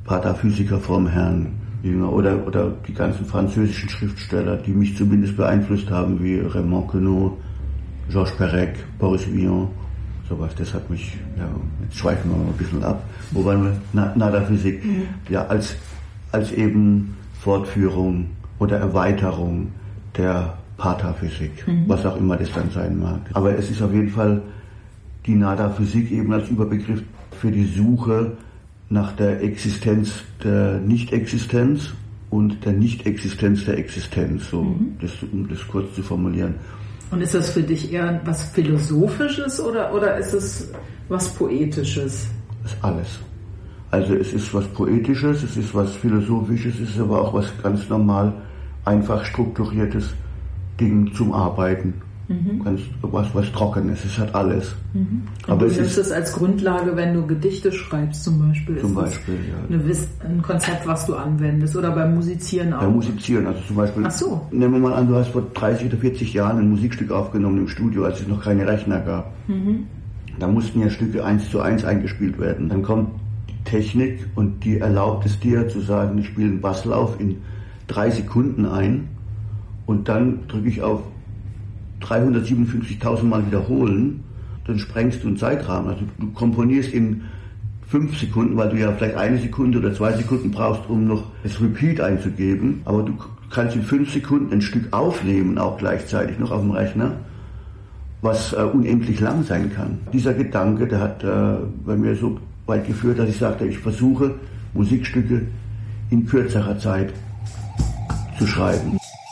Pataphysiker vom Herrn Jünger oder, oder die ganzen französischen Schriftsteller, die mich zumindest beeinflusst haben, wie Raymond Queneau, Georges Perec, Boris Vian, sowas. Das hat mich, ja, jetzt schweifen wir mal ein bisschen ab. Wo waren wir? Na, Nada-Physik. Mhm. Ja, als, als eben Fortführung oder Erweiterung der Pathaphysik, mhm. was auch immer das dann sein mag. Aber es ist auf jeden Fall die Nada-Physik eben als Überbegriff für die Suche nach der Existenz der Nicht-Existenz und der Nicht-Existenz der Existenz, so, mhm. das, um das kurz zu formulieren. Und ist das für dich eher was Philosophisches oder, oder ist es was Poetisches? Das ist alles. Also es ist was Poetisches, es ist was Philosophisches, es ist aber auch was ganz normal, einfach strukturiertes Ding zum Arbeiten. Mhm. Ganz, was, was Trockenes, es hat alles. Mhm. Aber du nimmst es als Grundlage, wenn du Gedichte schreibst zum Beispiel. Zum Beispiel, ja. Eine, ein Konzept, was du anwendest oder beim Musizieren auch? Beim Musizieren, also zum Beispiel, ach so. Nehmen wir mal an, du hast vor dreißig oder vierzig Jahren ein Musikstück aufgenommen im Studio, als es noch keine Rechner gab. Mhm. Da mussten ja Stücke eins zu eins eingespielt werden. Dann kommt die Technik und die erlaubt es dir zu sagen, ich spiele einen Basslauf in drei Sekunden ein und dann drücke ich auf dreihundertsiebenundfünfzigtausend Mal wiederholen, dann sprengst du einen Zeitrahmen. Also du komponierst in fünf Sekunden, weil du ja vielleicht eine Sekunde oder zwei Sekunden brauchst, um noch das Repeat einzugeben, aber du kannst in fünf Sekunden ein Stück aufnehmen, auch gleichzeitig noch auf dem Rechner, was äh, unendlich lang sein kann. Dieser Gedanke, der hat äh, bei mir so weit geführt, dass ich sagte, ich versuche Musikstücke in kürzerer Zeit zu schreiben.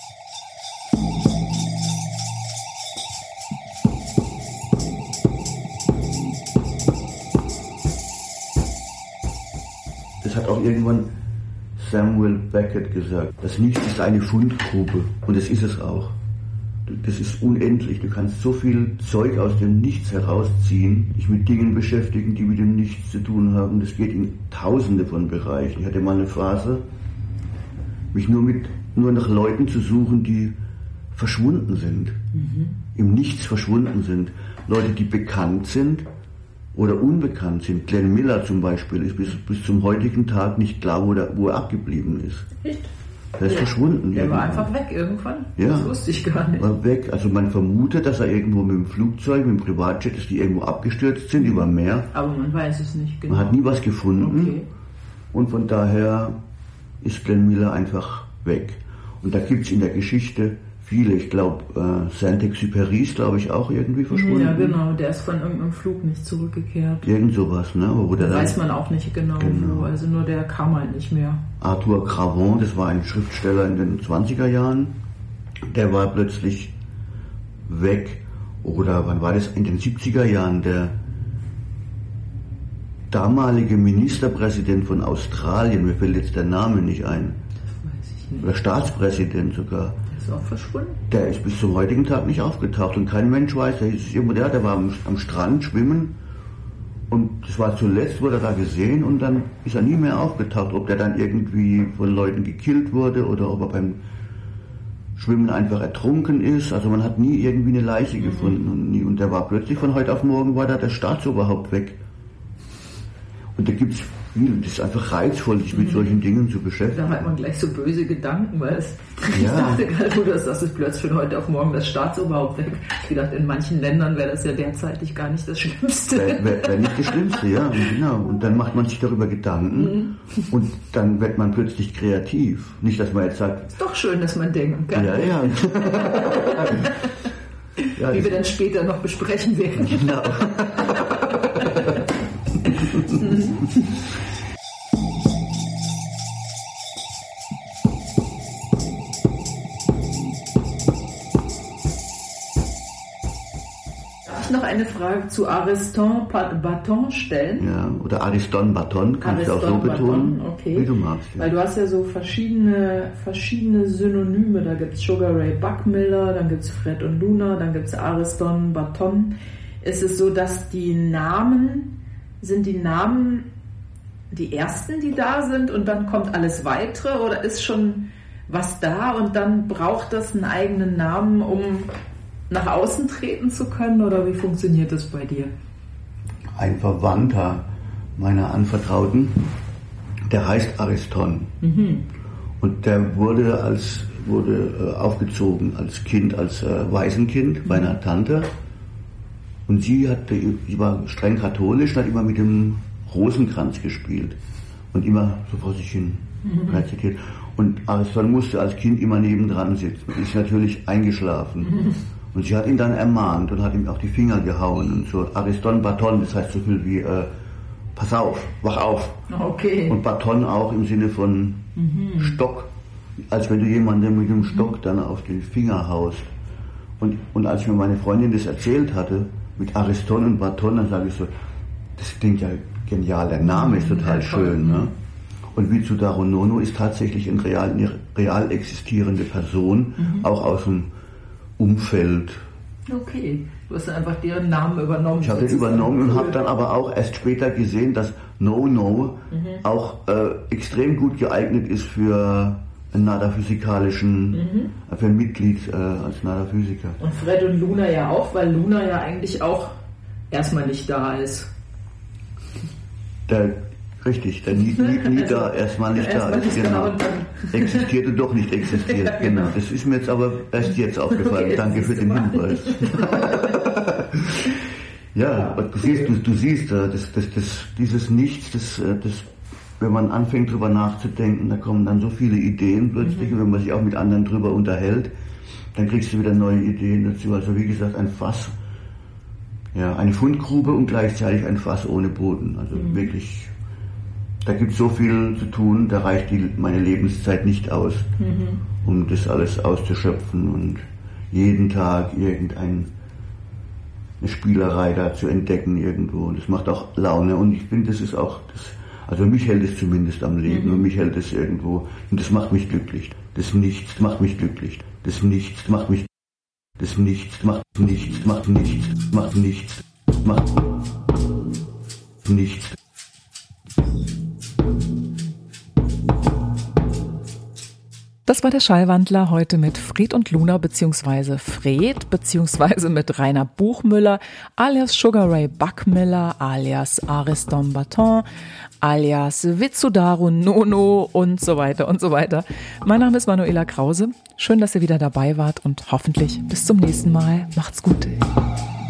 Hat auch irgendwann Samuel Beckett gesagt, das Nichts ist eine Fundgrube und das ist es auch. Das ist unendlich, du kannst so viel Zeug aus dem Nichts herausziehen, dich mit Dingen beschäftigen, die mit dem Nichts zu tun haben. Das geht in tausende von Bereichen. Ich hatte mal eine Phase, mich nur, mit, nur nach Leuten zu suchen, die verschwunden sind, mhm. im Nichts verschwunden sind. Leute, die bekannt sind, oder unbekannt sind. Glenn Miller zum Beispiel ist bis, bis zum heutigen Tag nicht klar, wo, der, wo er abgeblieben ist. Echt? Der ist ja. verschwunden. Der irgendwann. War einfach weg irgendwann. Ja. Das wusste ich gar nicht. War weg. Also man vermutet, dass er irgendwo mit dem Flugzeug, mit dem Privatjet, dass die irgendwo abgestürzt sind über Meer. Aber man weiß es nicht genau. Man hat nie was gefunden. Okay. Und von daher ist Glenn Miller einfach weg. Und da gibt es in der Geschichte viele, ich glaube, äh, Saint-Exupéry ist, glaube ich, auch irgendwie verschwunden. Ja, genau, der ist von irgendeinem Flug nicht zurückgekehrt. Irgend sowas, ne? Wo der weiß dann, man auch nicht genau, genau, wo, also nur der kam halt nicht mehr. Arthur Cravant, das war ein Schriftsteller in den zwanziger Jahren, der war plötzlich weg. Oder wann war das? In den siebziger Jahren, der damalige Ministerpräsident von Australien, mir fällt jetzt der Name nicht ein. Das weiß ich nicht. Oder Staatspräsident sogar. Ist auch verschwunden? Der ist bis zum heutigen Tag nicht aufgetaucht und kein Mensch weiß, der ist irgendwo der, der war am, am Strand schwimmen und das war zuletzt, wurde er da gesehen und dann ist er nie mehr aufgetaucht, ob der dann irgendwie von Leuten gekillt wurde oder ob er beim Schwimmen einfach ertrunken ist, also man hat nie irgendwie eine Leiche mhm. gefunden und, nie, und der war plötzlich von heute auf morgen war da der Staatsoberhaupt weg. Und da gibt es viel, das ist einfach reizvoll, sich mit mhm. solchen Dingen zu beschäftigen. Da hat man gleich so böse Gedanken, weil es, ja. ich dachte gerade, du das, das ist plötzlich von heute auf morgen das Staatsoberhaupt weg. Ich dachte, in manchen Ländern wäre das ja derzeitig gar nicht das Schlimmste. Wäre wär, wär nicht das Schlimmste, ja, genau. Und dann macht man sich darüber Gedanken mhm. und dann wird man plötzlich kreativ. Nicht, dass man jetzt sagt... Ist doch schön, dass man denken kann. Ja, ja. ja Wie wir dann später noch besprechen werden. Genau. Noch eine Frage zu Ariston Baton stellen. Ja, oder Ariston Baton, kannst Ariston du auch so betonen, okay. wie du magst. Ja. Weil du hast ja so verschiedene, verschiedene Synonyme. Da gibt es Sugar Ray Buckmiller, dann gibt es Fred und Luna, dann gibt es Ariston Baton. Ist es so, dass die Namen, sind die Namen die ersten, die da sind und dann kommt alles weitere oder ist schon was da und dann braucht das einen eigenen Namen, um nach außen treten zu können oder wie funktioniert das bei dir? Ein Verwandter meiner Anvertrauten Der heißt Ariston. Mhm. Und der wurde als wurde äh, aufgezogen als Kind, als äh, Waisenkind mhm. bei einer Tante. Und sie hat, sie war streng katholisch und hat immer mit dem Rosenkranz gespielt. Und immer so vor sich hin mhm. rezitiert. Und Ariston musste als Kind immer nebendran sitzen. Ist natürlich eingeschlafen. Mhm. Und sie hat ihn dann ermahnt und hat ihm auch die Finger gehauen. Und so Ariston Baton, das heißt so viel wie äh, pass auf, wach auf. Okay. Und Baton auch im Sinne von mhm. Stock. Als wenn du jemandem mit dem Stock dann auf den Finger haust. Und, und als mir meine Freundin das erzählt hatte, mit Ariston und Baton, dann sage ich so, das klingt ja genial, der Name ist total schön. Ne? Und Witsudaru Nono ist tatsächlich eine real, eine real existierende Person, mhm. auch aus dem Umfeld. Okay, du hast einfach deren Namen übernommen. Ich habe den übernommen und habe dann aber auch erst später gesehen, dass No-No mhm. auch äh, extrem gut geeignet ist für einen nadaphysikalischen, mhm. für ein Mitglied äh, als Nadaphysiker. Und Fred und Luna ja auch, weil Luna ja eigentlich auch erstmal nicht da ist. Der, richtig, der nie, nie, nie da, erstmal nicht da ist, genau. Existierte doch nicht existiert, ja, genau. genau. Das ist mir jetzt aber erst jetzt aufgefallen. Okay, danke für den Hinweis. Ja, aber du siehst, du, du siehst, das, das, das, dieses Nichts, das, das, wenn man anfängt drüber nachzudenken, da kommen dann so viele Ideen plötzlich, mhm. wenn man sich auch mit anderen drüber unterhält, dann kriegst du wieder neue Ideen dazu. Also wie gesagt, ein Fass, ja, eine Fundgrube und gleichzeitig ein Fass ohne Boden. Also mhm. wirklich, da gibt es so viel zu tun, da reicht die, meine Lebenszeit nicht aus, mhm. um das alles auszuschöpfen und jeden Tag irgendein eine Spielerei da zu entdecken irgendwo. Und das macht auch Laune und ich finde, das ist auch, das, also mich hält es zumindest am Leben mhm. und mich hält es irgendwo und das macht mich glücklich. Das Nichts macht mich glücklich. Das Nichts macht mich, das Nichts macht nichts, macht nichts, macht nichts, macht nichts. Das war der Schallwandler heute mit Fred und Luna beziehungsweise Fred beziehungsweise mit Rainer Buchmüller alias Sugar Ray Buckmiller alias Ariston Baton alias Witsudaru Nono und so weiter und so weiter. Mein Name ist Manuela Krause. Schön, dass ihr wieder dabei wart und hoffentlich bis zum nächsten Mal. Macht's gut.